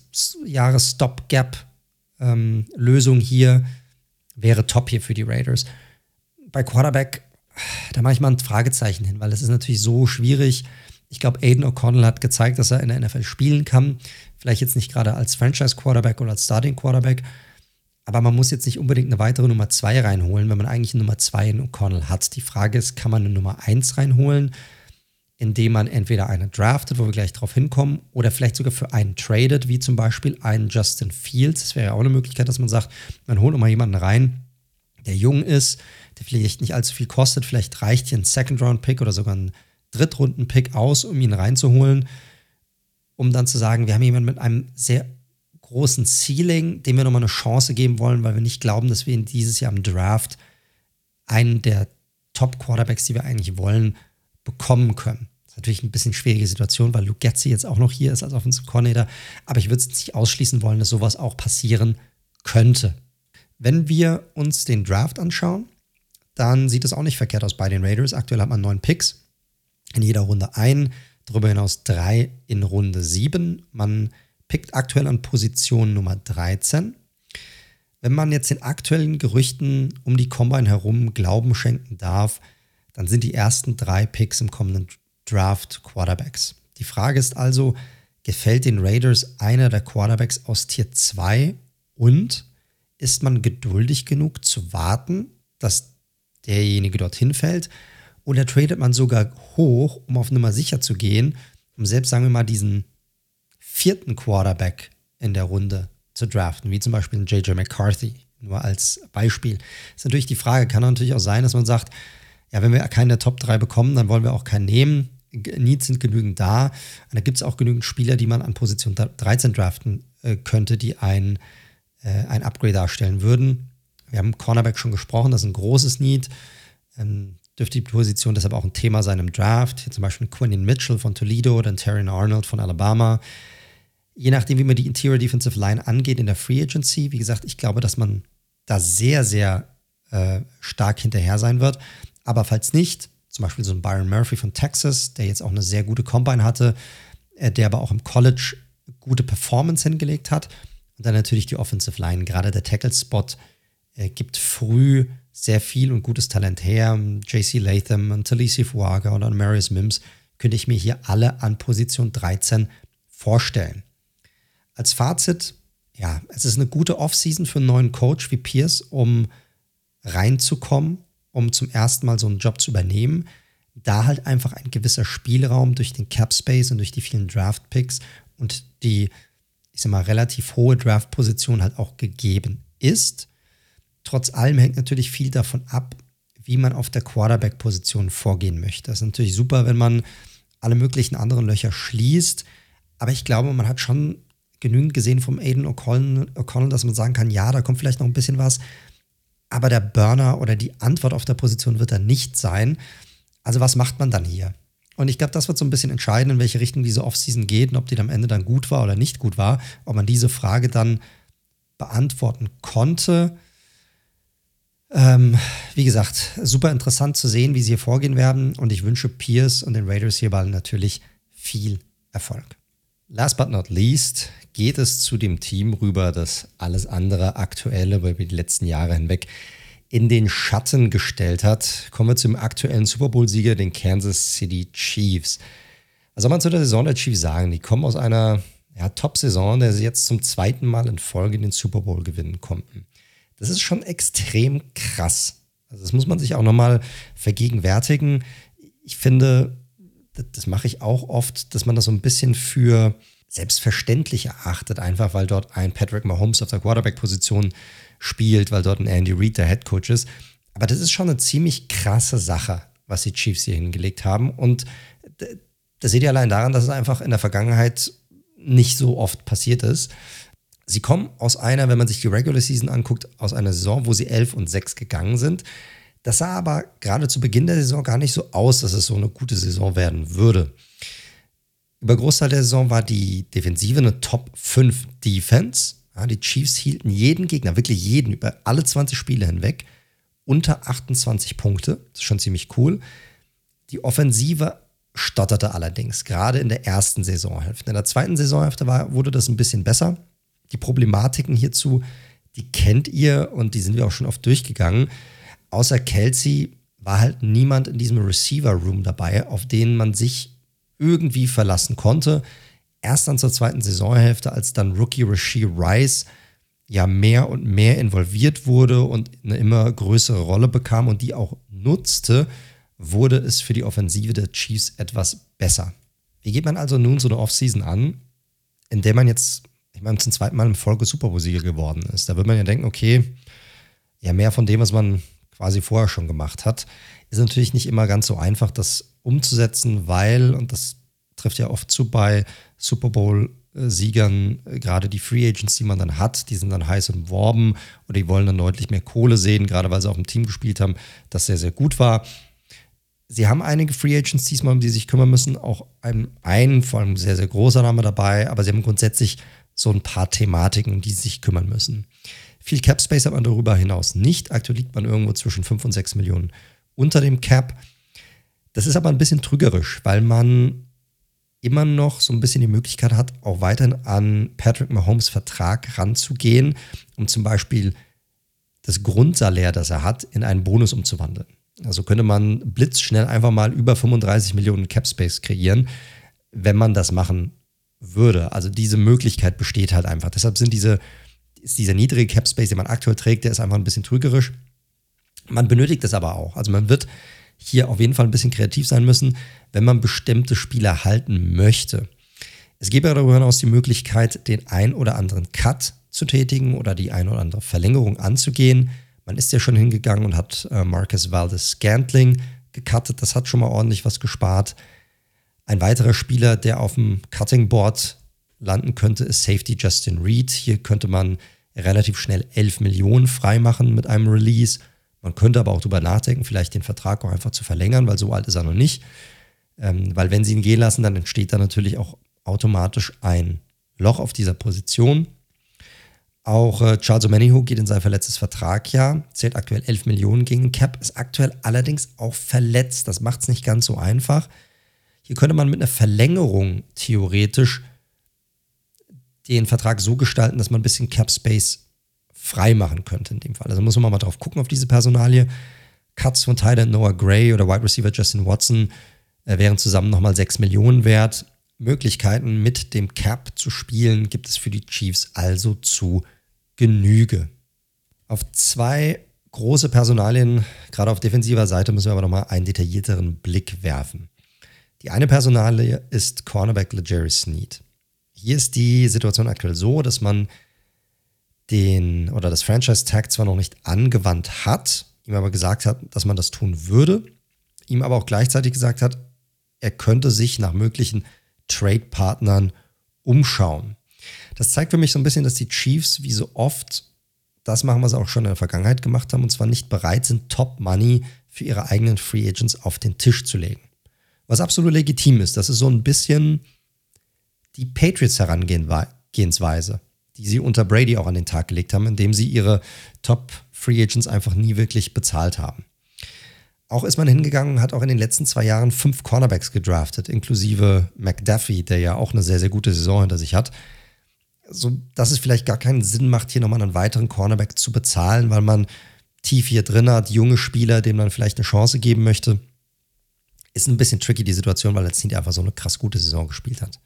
Stopgap-Lösung hier wäre top hier für die Raiders. Bei Quarterback, da mache ich mal ein Fragezeichen hin, weil das ist natürlich so schwierig. Ich glaube, Aiden O'Connell hat gezeigt, dass er in der NFL spielen kann. Vielleicht jetzt nicht gerade als Franchise-Quarterback oder als Starting-Quarterback, aber man muss jetzt nicht unbedingt eine weitere Nummer 2 reinholen, wenn man eigentlich eine Nummer 2 in O'Connell hat. Die Frage ist, kann man eine Nummer 1 reinholen, indem man entweder eine draftet, wo wir gleich drauf hinkommen, oder vielleicht sogar für einen tradet, wie zum Beispiel einen Justin Fields. Das wäre ja auch eine Möglichkeit, dass man sagt, man holt nochmal jemanden rein, der jung ist, der vielleicht nicht allzu viel kostet. Vielleicht reicht hier ein Second-Round-Pick oder sogar ein Drittrunden-Pick aus, um ihn reinzuholen, um dann zu sagen, wir haben jemanden mit einem sehr großen Ceiling, dem wir nochmal eine Chance geben wollen, weil wir nicht glauben, dass wir ihn dieses Jahr im Draft einen der Top-Quarterbacks, die wir eigentlich wollen, bekommen können. Das ist natürlich ein bisschen schwierige Situation, weil Luke Getsy jetzt auch noch hier ist als Offensive Coordinator, aber ich würde es nicht ausschließen wollen, dass sowas auch passieren könnte. Wenn wir uns den Draft anschauen, dann sieht es auch nicht verkehrt aus bei den Raiders. Aktuell hat man 9 Picks, in jeder Runde ein, darüber hinaus 3 in Runde 7. Man pickt aktuell an Position Nummer 13. Wenn man jetzt den aktuellen Gerüchten um die Combine herum Glauben schenken darf, dann sind die ersten 3 Picks im kommenden Draft Quarterbacks. Die Frage ist also, gefällt den Raiders einer der Quarterbacks aus Tier 2 und ist man geduldig genug zu warten, dass derjenige dorthin fällt, oder tradet man sogar hoch, um auf Nummer sicher zu gehen, um selbst, sagen wir mal, diesen 4. Quarterback in der Runde zu draften, wie zum Beispiel J.J. McCarthy, nur als Beispiel. Ist natürlich die Frage, kann natürlich auch sein, dass man sagt, ja, wenn wir keinen der Top 3 bekommen, dann wollen wir auch keinen nehmen. Needs sind genügend da. Und da gibt es auch genügend Spieler, die man an Position 13 draften könnte, die ein Upgrade darstellen würden. Wir haben Cornerback schon gesprochen, das ist ein großes Need. Dürfte die Position deshalb auch ein Thema sein im Draft. Hier zum Beispiel Quinton Mitchell von Toledo oder Terrion Arnold von Alabama. Je nachdem, wie man die Interior Defensive Line angeht in der Free Agency. Wie gesagt, ich glaube, dass man da sehr, sehr stark hinterher sein wird. Aber falls nicht, zum Beispiel so ein Byron Murphy von Texas, der jetzt auch eine sehr gute Combine hatte, der aber auch im College gute Performance hingelegt hat. Und dann natürlich die Offensive Line. Gerade der Tackle-Spot gibt früh sehr viel und gutes Talent her. J.C. Latham und Talisi Fuaga und Marius Mims könnte ich mir hier alle an Position 13 vorstellen. Als Fazit, ja, es ist eine gute Offseason für einen neuen Coach wie Pierce, um reinzukommen, um zum ersten Mal so einen Job zu übernehmen. Da halt einfach ein gewisser Spielraum durch den Cap Space und durch die vielen Draft Picks und die, ich sag mal, relativ hohe Draft-Position halt auch gegeben ist. Trotz allem hängt natürlich viel davon ab, wie man auf der Quarterback-Position vorgehen möchte. Das ist natürlich super, wenn man alle möglichen anderen Löcher schließt, aber ich glaube, man hat schon genügend gesehen vom Aiden O'Connell, dass man sagen kann, ja, da kommt vielleicht noch ein bisschen was, aber der Burner oder die Antwort auf der Position wird dann nicht sein. Also was macht man dann hier? Und ich glaube, das wird so ein bisschen entscheiden, in welche Richtung diese Offseason geht und ob die am Ende dann gut war oder nicht gut war, ob man diese Frage dann beantworten konnte. Wie gesagt, super interessant zu sehen, wie sie hier vorgehen werden und ich wünsche Pierce und den Raiders hierbei natürlich viel Erfolg. Last but not least geht es zu dem Team rüber, das alles andere Aktuelle über die letzten Jahre hinweg in den Schatten gestellt hat. Kommen wir zum aktuellen Super Bowl-Sieger, den Kansas City Chiefs. Was soll man zu der Saison der Chiefs sagen? Die kommen aus einer Top-Saison, der sie jetzt zum zweiten Mal in Folge den Super Bowl gewinnen konnten. Das ist schon extrem krass. Also das muss man sich auch nochmal vergegenwärtigen. Ich finde, das mache ich auch oft, dass man das so ein bisschen für selbstverständlich erachtet, einfach weil dort ein Patrick Mahomes auf der Quarterback-Position spielt, weil dort ein Andy Reid der Headcoach ist. Aber das ist schon eine ziemlich krasse Sache, was die Chiefs hier hingelegt haben. Und das seht ihr allein daran, dass es einfach in der Vergangenheit nicht so oft passiert ist. Sie kommen aus einer, wenn man sich die Regular Season anguckt, aus einer Saison, wo sie 11-6 gegangen sind. Das sah aber gerade zu Beginn der Saison gar nicht so aus, dass es so eine gute Saison werden würde. Über Großteil der Saison war die Defensive eine Top 5 Defense. Ja, die Chiefs hielten jeden Gegner, wirklich jeden, über alle 20 Spiele hinweg, unter 28 Punkte. Das ist schon ziemlich cool. Die Offensive stotterte allerdings, gerade in der ersten Saisonhälfte. In der zweiten Saisonhälfte wurde das ein bisschen besser. Die Problematiken hierzu, die kennt ihr und die sind wir auch schon oft durchgegangen. Außer Kelce war halt niemand in diesem Receiver-Room dabei, auf den man sich irgendwie verlassen konnte. Erst dann zur zweiten Saisonhälfte, als dann Rookie Rashee Rice ja mehr und mehr involviert wurde und eine immer größere Rolle bekam und die auch nutzte, wurde es für die Offensive der Chiefs etwas besser. Wie geht man also nun so eine Offseason an, in der man jetzt, ich meine, zum zweiten Mal in Folge Super Bowl-Sieger geworden ist? Da würde man ja denken, okay, ja, mehr von dem, was man quasi vorher schon gemacht hat, ist natürlich nicht immer ganz so einfach, das umzusetzen, weil, und das trifft ja oft zu bei Super Bowl-Siegern, gerade die Free Agents, die man dann hat, die sind dann heiß umworben oder die wollen dann deutlich mehr Kohle sehen, gerade weil sie auf einem Team gespielt haben, das sehr, sehr gut war. Sie haben einige Free Agents diesmal, um die sich kümmern müssen, auch einen vor allem sehr, sehr großer Name dabei, aber sie haben grundsätzlich so ein paar Thematiken, um die sie sich kümmern müssen. Viel Cap Space hat man darüber hinaus nicht. Aktuell liegt man irgendwo zwischen 5 und 6 Millionen unter dem Cap. Das ist aber ein bisschen trügerisch, weil man immer noch so ein bisschen die Möglichkeit hat, auch weiterhin an Patrick Mahomes Vertrag ranzugehen, um zum Beispiel das Grundsalär, das er hat, in einen Bonus umzuwandeln. Also könnte man blitzschnell einfach mal über 35 Millionen Cap Space kreieren, wenn man das machen würde. Also diese Möglichkeit besteht halt einfach. Deshalb ist dieser niedrige Cap Space, den man aktuell trägt, der ist einfach ein bisschen trügerisch. Man benötigt es aber auch. Also man wird hier auf jeden Fall ein bisschen kreativ sein müssen, wenn man bestimmte Spieler halten möchte. Es gäbe darüber hinaus die Möglichkeit, den ein oder anderen Cut zu tätigen oder die ein oder andere Verlängerung anzugehen. Man ist ja schon hingegangen und hat Marcus Valdes-Scantling gecuttet. Das hat schon mal ordentlich was gespart. Ein weiterer Spieler, der auf dem Cutting Board landen könnte, ist Safety Justin Reed. Hier könnte man relativ schnell 11 Millionen freimachen mit einem Release. Man könnte aber auch drüber nachdenken, vielleicht den Vertrag auch einfach zu verlängern, weil so alt ist er noch nicht. Weil wenn sie ihn gehen lassen, dann entsteht da natürlich auch automatisch ein Loch auf dieser Position. Auch Charles Omenihu geht in sein verletztes Vertragsjahr, zählt aktuell 11 Millionen gegen Cap, ist aktuell allerdings auch verletzt. Das macht es nicht ganz so einfach. Hier könnte man mit einer Verlängerung theoretisch den Vertrag so gestalten, dass man ein bisschen Cap Space frei machen könnte in dem Fall. Also muss man mal drauf gucken auf diese Personalie. Cuts von Tight End Noah Gray oder Wide Receiver Justin Watson wären zusammen nochmal 6 Millionen wert. Möglichkeiten mit dem Cap zu spielen gibt es für die Chiefs also zu Genüge. Auf zwei große Personalien, gerade auf defensiver Seite, müssen wir aber nochmal einen detaillierteren Blick werfen. Die eine Personalie ist Cornerback L'Jarius Sneed. Hier ist die Situation aktuell so, dass man das Franchise-Tag zwar noch nicht angewandt hat, ihm aber gesagt hat, dass man das tun würde, ihm aber auch gleichzeitig gesagt hat, er könnte sich nach möglichen Trade-Partnern umschauen. Das zeigt für mich so ein bisschen, dass die Chiefs wie so oft das machen, was sie auch schon in der Vergangenheit gemacht haben, und zwar nicht bereit sind, Top-Money für ihre eigenen Free Agents auf den Tisch zu legen. Was absolut legitim ist. Das ist so ein bisschen die Patriots-Herangehensweise, die sie unter Brady auch an den Tag gelegt haben, indem sie ihre Top-Free Agents einfach nie wirklich bezahlt haben. Auch ist man hingegangen und hat auch in den letzten 2 Jahren 5 Cornerbacks gedraftet, inklusive McDuffie, der ja auch eine sehr, sehr gute Saison hinter sich hat. So, dass es vielleicht gar keinen Sinn macht, hier nochmal einen weiteren Cornerback zu bezahlen, weil man tief hier drin hat, junge Spieler, denen man vielleicht eine Chance geben möchte. Ist ein bisschen tricky, die Situation, weil Sneed einfach so eine krass gute Saison gespielt hat.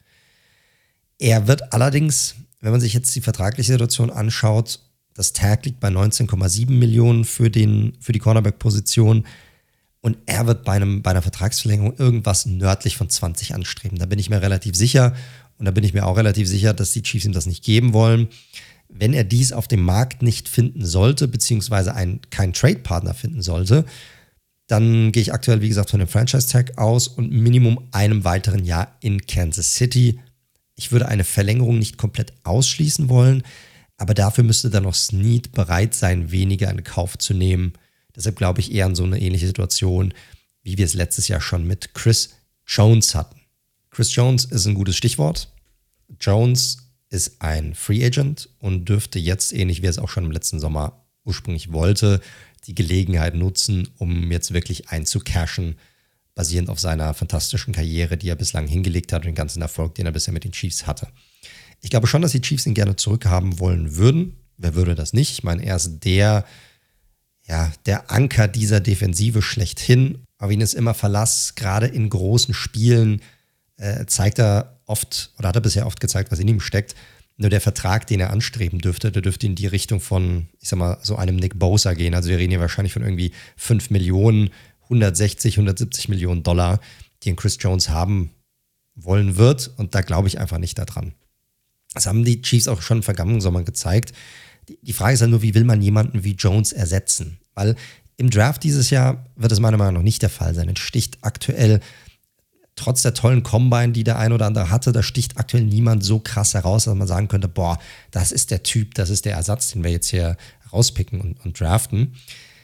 Er wird allerdings, wenn man sich jetzt die vertragliche Situation anschaut, das Tag liegt bei 19,7 Millionen für die Cornerback-Position und er wird bei einer Vertragsverlängerung irgendwas nördlich von 20 anstreben. Da bin ich mir relativ sicher und da bin ich mir auch relativ sicher, dass die Chiefs ihm das nicht geben wollen. Wenn er dies auf dem Markt nicht finden sollte, beziehungsweise keinen Trade-Partner finden sollte, dann gehe ich aktuell, wie gesagt, von dem Franchise-Tag aus und Minimum einem weiteren Jahr in Kansas City. Ich würde eine Verlängerung nicht komplett ausschließen wollen, aber dafür müsste dann noch Sneed bereit sein, weniger in Kauf zu nehmen. Deshalb glaube ich eher an so eine ähnliche Situation, wie wir es letztes Jahr schon mit Chris Jones hatten. Chris Jones ist ein gutes Stichwort. Jones ist ein Free Agent und dürfte jetzt, ähnlich wie er es auch schon im letzten Sommer ursprünglich wollte, die Gelegenheit nutzen, um jetzt wirklich einzucashen, basierend auf seiner fantastischen Karriere, die er bislang hingelegt hat und den ganzen Erfolg, den er bisher mit den Chiefs hatte. Ich glaube schon, dass die Chiefs ihn gerne zurückhaben wollen würden. Wer würde das nicht? Ich meine, er ist der Anker dieser Defensive schlechthin. Auf ihn ist immer Verlass. Gerade in großen Spielen zeigt er oft, oder hat er bisher oft gezeigt, was in ihm steckt. Nur der Vertrag, den er anstreben dürfte, der dürfte in die Richtung von, ich sag mal, so einem Nick Bosa gehen. Also wir reden hier wahrscheinlich von irgendwie 5 Millionen, 160, 170 Millionen $, die ein Chris Jones haben wollen wird. Und da glaube ich einfach nicht daran. Das haben die Chiefs auch schon im vergangenen Sommer gezeigt. Die Frage ist halt nur, wie will man jemanden wie Jones ersetzen? Weil im Draft dieses Jahr wird es meiner Meinung nach nicht der Fall sein. Es sticht aktuell, trotz der tollen Combine, die der ein oder andere hatte, da sticht aktuell niemand so krass heraus, dass man sagen könnte, boah, das ist der Typ, das ist der Ersatz, den wir jetzt hier rauspicken und draften.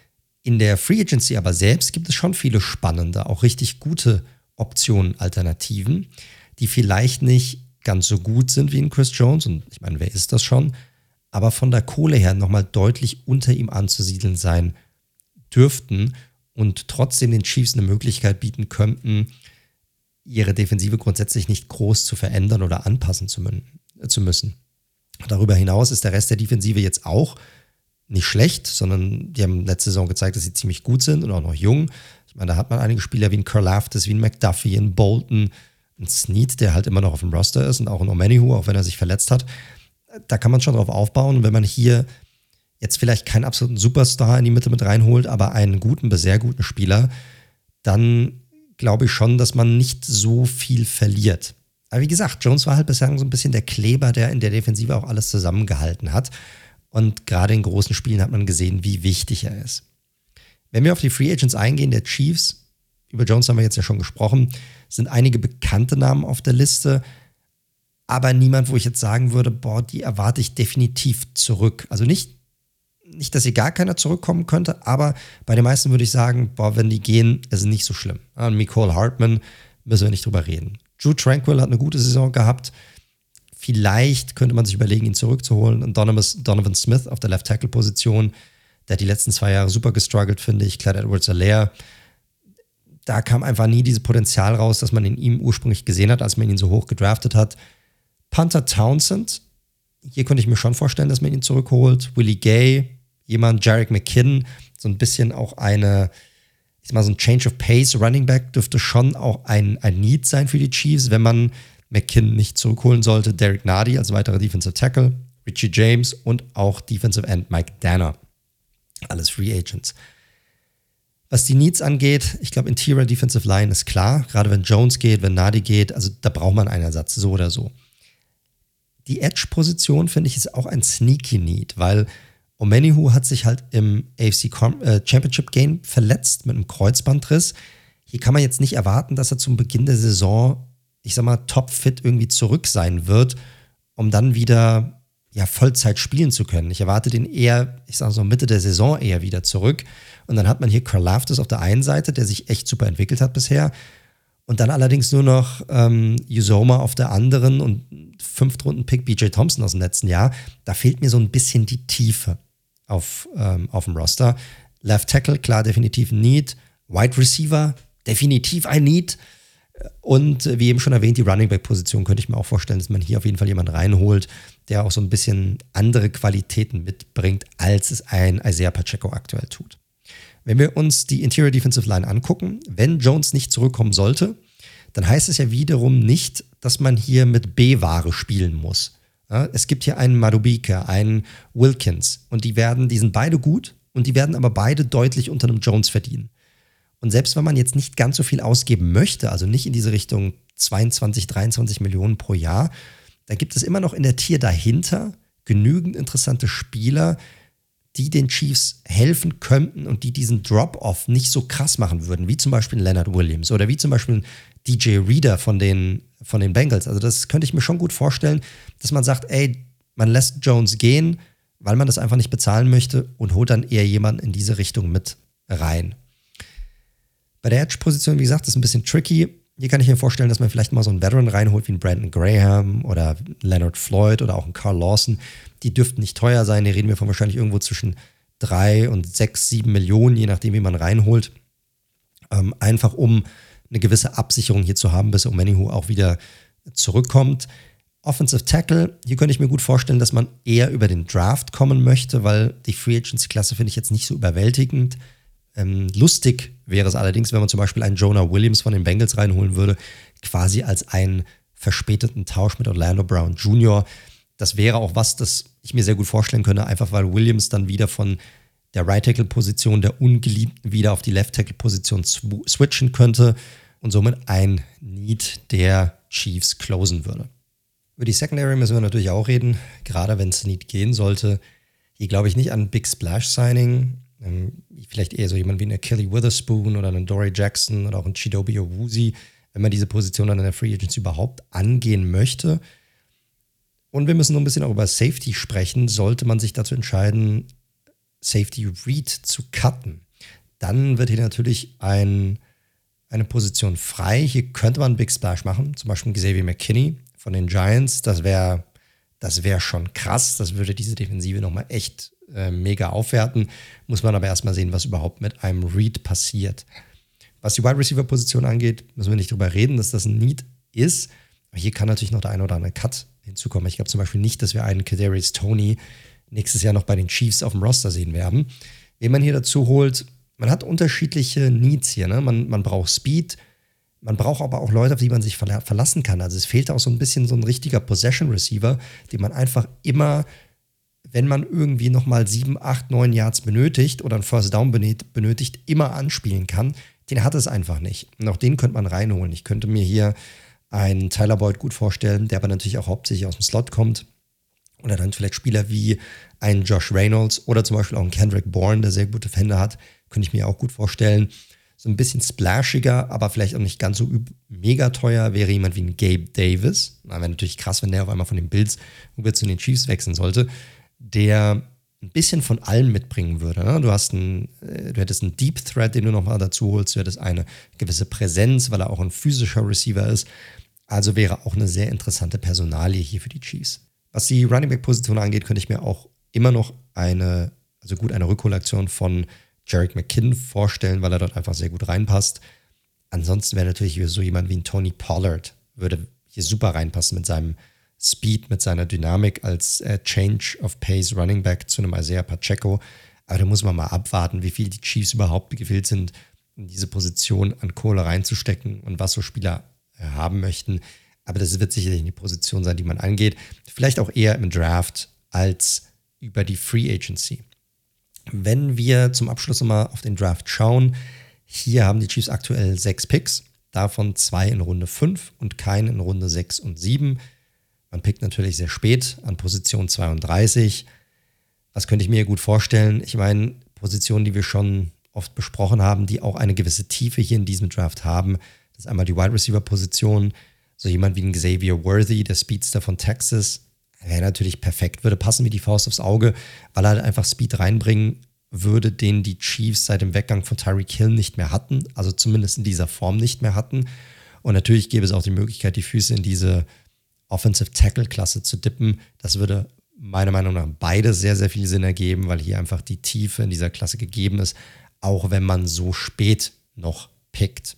In der Free Agency aber selbst gibt es schon viele spannende, auch richtig gute Optionen, Alternativen, die vielleicht nicht ganz so gut sind wie ein Chris Jones. Und ich meine, wer ist das schon? Aber von der Kohle her nochmal deutlich unter ihm anzusiedeln sein dürften und trotzdem den Chiefs eine Möglichkeit bieten könnten, ihre Defensive grundsätzlich nicht groß zu verändern oder anpassen zu müssen. Darüber hinaus ist der Rest der Defensive jetzt auch nicht schlecht, sondern die haben letzte Saison gezeigt, dass sie ziemlich gut sind und auch noch jung. Ich meine, da hat man einige Spieler wie ein Karlaftis, wie ein McDuffie, ein Bolton, ein Sneed, der halt immer noch auf dem Roster ist, und auch ein Omenihu, auch wenn er sich verletzt hat. Da kann man schon drauf aufbauen. Und wenn man hier jetzt vielleicht keinen absoluten Superstar in die Mitte mit reinholt, aber einen guten bis sehr guten Spieler, dann glaube ich schon, dass man nicht so viel verliert. Aber wie gesagt, Jones war halt bislang so ein bisschen der Kleber, der in der Defensive auch alles zusammengehalten hat. Und gerade in großen Spielen hat man gesehen, wie wichtig er ist. Wenn wir auf die Free Agents eingehen, der Chiefs, über Jones haben wir jetzt ja schon gesprochen, sind einige bekannte Namen auf der Liste, aber niemand, wo ich jetzt sagen würde, boah, die erwarte ich definitiv zurück. Also nicht, dass hier gar keiner zurückkommen könnte, aber bei den meisten würde ich sagen, boah, wenn die gehen, ist es nicht so schlimm. Mecole Hardman, müssen wir nicht drüber reden. Drue Tranquill hat eine gute Saison gehabt. Vielleicht könnte man sich überlegen, ihn zurückzuholen. Und Donovan Smith auf der Left-Tackle-Position, der hat die letzten 2 Jahre super gestruggelt, finde ich. Clyde Edwards-Helaire, da kam einfach nie dieses Potenzial raus, das man in ihm ursprünglich gesehen hat, als man ihn so hoch gedraftet hat. Punter Townsend, hier könnte ich mir schon vorstellen, dass man ihn zurückholt. Willie Gay, Jerick McKinnon, so ein bisschen auch so ein Change of Pace Running Back dürfte schon auch ein Need sein für die Chiefs, wenn man McKinnon nicht zurückholen sollte. Derek Nardi als weiterer Defensive Tackle, Richie James und auch Defensive End Mike Danner. Alles Free Agents. Was die Needs angeht, ich glaube, Interior Defensive Line ist klar. Gerade wenn Jones geht, wenn Nardi geht, also da braucht man einen Ersatz, so oder so. Die Edge-Position, finde ich, ist auch ein sneaky Need, weil Omenihu hat sich halt im AFC Championship Game verletzt mit einem Kreuzbandriss. Hier kann man jetzt nicht erwarten, dass er zum Beginn der Saison, ich sag mal, topfit irgendwie zurück sein wird, um dann wieder Vollzeit spielen zu können. Ich erwarte den eher, ich sage so Mitte der Saison eher wieder zurück. Und dann hat man hier Karlaftis auf der einen Seite, der sich echt super entwickelt hat bisher. Und dann allerdings nur noch Uzomah auf der anderen und 5-Runden-Pick BJ Thompson aus dem letzten Jahr. Da fehlt mir so ein bisschen die Tiefe auf dem Roster. Left Tackle, klar, definitiv ein Need. Wide Receiver, definitiv ein Need. Und wie eben schon erwähnt, die Running Back-Position könnte ich mir auch vorstellen, dass man hier auf jeden Fall jemanden reinholt, der auch so ein bisschen andere Qualitäten mitbringt, als es ein Isaiah Pacheco aktuell tut. Wenn wir uns die Interior Defensive Line angucken, wenn Jones nicht zurückkommen sollte, dann heißt es ja wiederum nicht, dass man hier mit B-Ware spielen muss. Ja, es gibt hier einen Madubuike, einen Wilkins und die sind beide gut und die werden aber beide deutlich unter einem Jones verdienen. Und selbst wenn man jetzt nicht ganz so viel ausgeben möchte, also nicht in diese Richtung 22, 23 Millionen pro Jahr, da gibt es immer noch in der Tier dahinter genügend interessante Spieler, die den Chiefs helfen könnten und die diesen Drop-Off nicht so krass machen würden, wie zum Beispiel Leonard Williams oder wie zum Beispiel DJ Reader von den Bengals. Also das könnte ich mir schon gut vorstellen, dass man sagt, man lässt Jones gehen, weil man das einfach nicht bezahlen möchte und holt dann eher jemanden in diese Richtung mit rein. Bei der Edge-Position, wie gesagt, ist ein bisschen tricky. Hier kann ich mir vorstellen, dass man vielleicht mal so einen Veteran reinholt wie einen Brandon Graham oder Leonard Floyd oder auch einen Carl Lawson. Die dürften nicht teuer sein. Hier reden wir von wahrscheinlich irgendwo zwischen 3 und 6, 7 Millionen, je nachdem, wie man reinholt. Einfach um eine gewisse Absicherung hier zu haben, bis Omenihu auch wieder zurückkommt. Offensive Tackle, hier könnte ich mir gut vorstellen, dass man eher über den Draft kommen möchte, weil die Free Agency-Klasse finde ich jetzt nicht so überwältigend. Lustig wäre es allerdings, wenn man zum Beispiel einen Jonah Williams von den Bengals reinholen würde, quasi als einen verspäteten Tausch mit Orlando Brown Jr. Das wäre auch was, das ich mir sehr gut vorstellen könnte, einfach weil Williams dann wieder von der Right-Tackle-Position der Ungeliebten wieder auf die Left-Tackle-Position switchen könnte und somit ein Need der Chiefs closen würde. Über die Secondary müssen wir natürlich auch reden, gerade wenn es Need gehen sollte. Hier glaube ich nicht an Big Splash-Signing. Vielleicht eher so jemand wie eine Kelly Witherspoon oder einen Dory Jackson oder auch einen Chidobe Awuzie, wenn man diese Position dann in der Free Agency überhaupt angehen möchte. Und wir müssen noch ein bisschen auch über Safety sprechen. Sollte man sich dazu entscheiden, Safety Read zu cutten, dann wird hier natürlich eine Position frei. Hier könnte man einen Big Splash machen, zum Beispiel Xavier McKinney von den Giants. Das wäre schon krass. Das würde diese Defensive nochmal echt mega aufwerten. Muss man aber erstmal sehen, was überhaupt mit einem Read passiert. Was die Wide Receiver Position angeht, müssen wir nicht drüber reden, dass das ein Need ist. Aber hier kann natürlich noch der ein oder andere Cut hinzukommen. Ich glaube zum Beispiel nicht, dass wir einen Kadarius Toney nächstes Jahr noch bei den Chiefs auf dem Roster sehen werden. Wen man hier dazu holt, man hat unterschiedliche Needs hier. Ne? Man braucht Speed, man braucht aber auch Leute, auf die man sich verlassen kann. Also es fehlt auch so ein bisschen so ein richtiger Possession-Receiver, den man einfach immer, wenn man irgendwie nochmal 7, 8, 9 Yards benötigt oder einen First Down benötigt, immer anspielen kann. Den hat es einfach nicht. Und auch den könnte man reinholen. Ich könnte mir hier einen Tyler Boyd gut vorstellen, der aber natürlich auch hauptsächlich aus dem Slot kommt. Oder dann vielleicht Spieler wie einen Josh Reynolds oder zum Beispiel auch einen Kendrick Bourne, der sehr gute Hände hat. Könnte ich mir auch gut vorstellen. So ein bisschen splashiger, aber vielleicht auch nicht ganz so mega teuer wäre jemand wie ein Gabe Davis. Na, wäre natürlich krass, wenn der auf einmal von den Bills rüber zu den Chiefs wechseln sollte. Der ein bisschen von allem mitbringen würde. Ne? Du hättest einen Deep Threat, den du nochmal dazu holst. Du hättest eine gewisse Präsenz, weil er auch ein physischer Receiver ist. Also wäre auch eine sehr interessante Personalie hier für die Chiefs. Was die Running Back-Position angeht, könnte ich mir auch immer noch eine Rückholaktion von Jerick McKinnon vorstellen, weil er dort einfach sehr gut reinpasst. Ansonsten wäre natürlich so jemand wie ein Tony Pollard, würde hier super reinpassen mit seinem Speed, mit seiner Dynamik als Change of Pace Running Back zu einem Isaiah Pacheco. Aber da muss man mal abwarten, wie viel die Chiefs überhaupt gewillt sind, in diese Position an Kohle reinzustecken und was so Spieler haben möchten. Aber das wird sicherlich eine Position sein, die man angeht. Vielleicht auch eher im Draft als über die Free Agency. Wenn wir zum Abschluss nochmal auf den Draft schauen, hier haben die Chiefs aktuell 6 Picks, davon 2 in Runde 5 und keinen in Runde 6 und 7. Man pickt natürlich sehr spät an Position 32. Was könnte ich mir gut vorstellen? Ich meine, Positionen, die wir schon oft besprochen haben, die auch eine gewisse Tiefe hier in diesem Draft haben. Das ist einmal die Wide Receiver Position. So jemand wie ein Xavier Worthy, der Speedster von Texas, wäre natürlich perfekt, würde passen wie die Faust aufs Auge, weil er halt einfach Speed reinbringen würde, den die Chiefs seit dem Weggang von Tyreek Hill nicht mehr hatten, also zumindest in dieser Form nicht mehr hatten. Und natürlich gäbe es auch die Möglichkeit, die Füße in diese Offensive Tackle-Klasse zu dippen. Das würde meiner Meinung nach beide sehr, sehr viel Sinn ergeben, weil hier einfach die Tiefe in dieser Klasse gegeben ist, auch wenn man so spät noch pickt.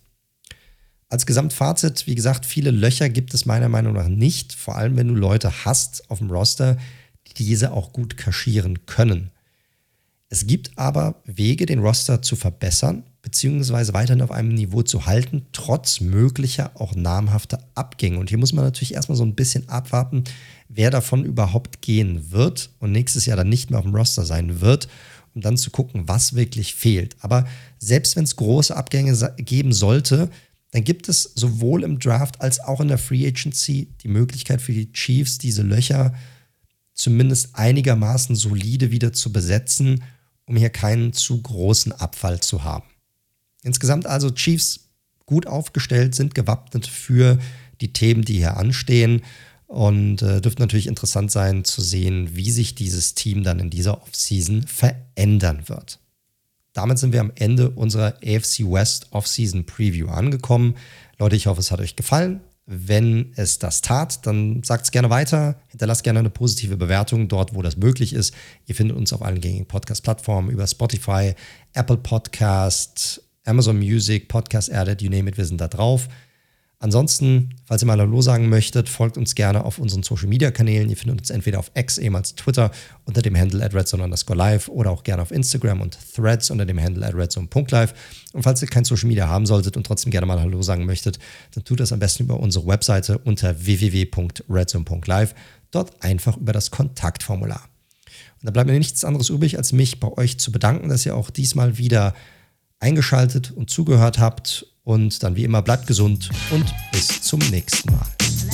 Als Gesamtfazit, wie gesagt, viele Löcher gibt es meiner Meinung nach nicht, vor allem wenn du Leute hast auf dem Roster, die diese auch gut kaschieren können. Es gibt aber Wege, den Roster zu verbessern, beziehungsweise weiterhin auf einem Niveau zu halten, trotz möglicher auch namhafter Abgänge. Und hier muss man natürlich erstmal so ein bisschen abwarten, wer davon überhaupt gehen wird und nächstes Jahr dann nicht mehr auf dem Roster sein wird, um dann zu gucken, was wirklich fehlt. Aber selbst wenn es große Abgänge geben sollte, dann gibt es sowohl im Draft als auch in der Free Agency die Möglichkeit für die Chiefs, diese Löcher zumindest einigermaßen solide wieder zu besetzen, um hier keinen zu großen Abfall zu haben. Insgesamt also Chiefs gut aufgestellt, sind gewappnet für die Themen, die hier anstehen und dürfte natürlich interessant sein zu sehen, wie sich dieses Team dann in dieser Offseason verändern wird. Damit sind wir am Ende unserer AFC West Offseason Preview angekommen. Leute, ich hoffe, es hat euch gefallen. Wenn es das tat, dann sagt es gerne weiter. Hinterlasst gerne eine positive Bewertung dort, wo das möglich ist. Ihr findet uns auf allen gängigen Podcast-Plattformen über Spotify, Apple Podcast, Amazon Music, Podcast Addict, you name it, wir sind da drauf. Ansonsten, falls ihr mal Hallo sagen möchtet, folgt uns gerne auf unseren Social-Media-Kanälen. Ihr findet uns entweder auf X, ehemals Twitter, unter dem Handle @redzone_live oder auch gerne auf Instagram und Threads unter dem Handle @redzone.live. Und falls ihr kein Social-Media haben solltet und trotzdem gerne mal Hallo sagen möchtet, dann tut das am besten über unsere Webseite unter www.redzone.live. Dort einfach über das Kontaktformular. Und da bleibt mir nichts anderes übrig, als mich bei euch zu bedanken, dass ihr auch diesmal wieder eingeschaltet und zugehört habt. Und dann wie immer bleibt gesund und bis zum nächsten Mal.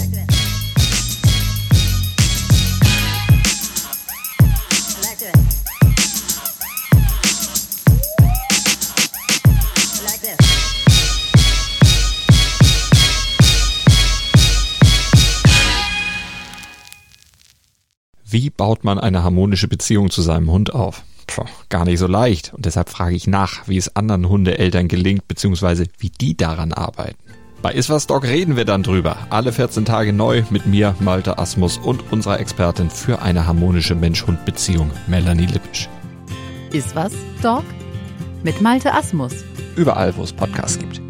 Wie baut man eine harmonische Beziehung zu seinem Hund auf? Gar nicht so leicht. Und deshalb frage ich nach, wie es anderen Hundeeltern gelingt, beziehungsweise wie die daran arbeiten. Bei Iswas Dog reden wir dann drüber. Alle 14 Tage neu mit mir, Malte Asmus und unserer Expertin für eine harmonische Mensch-Hund-Beziehung, Melanie Lippisch. Iswas Dog mit Malte Asmus. Überall, wo es Podcasts gibt.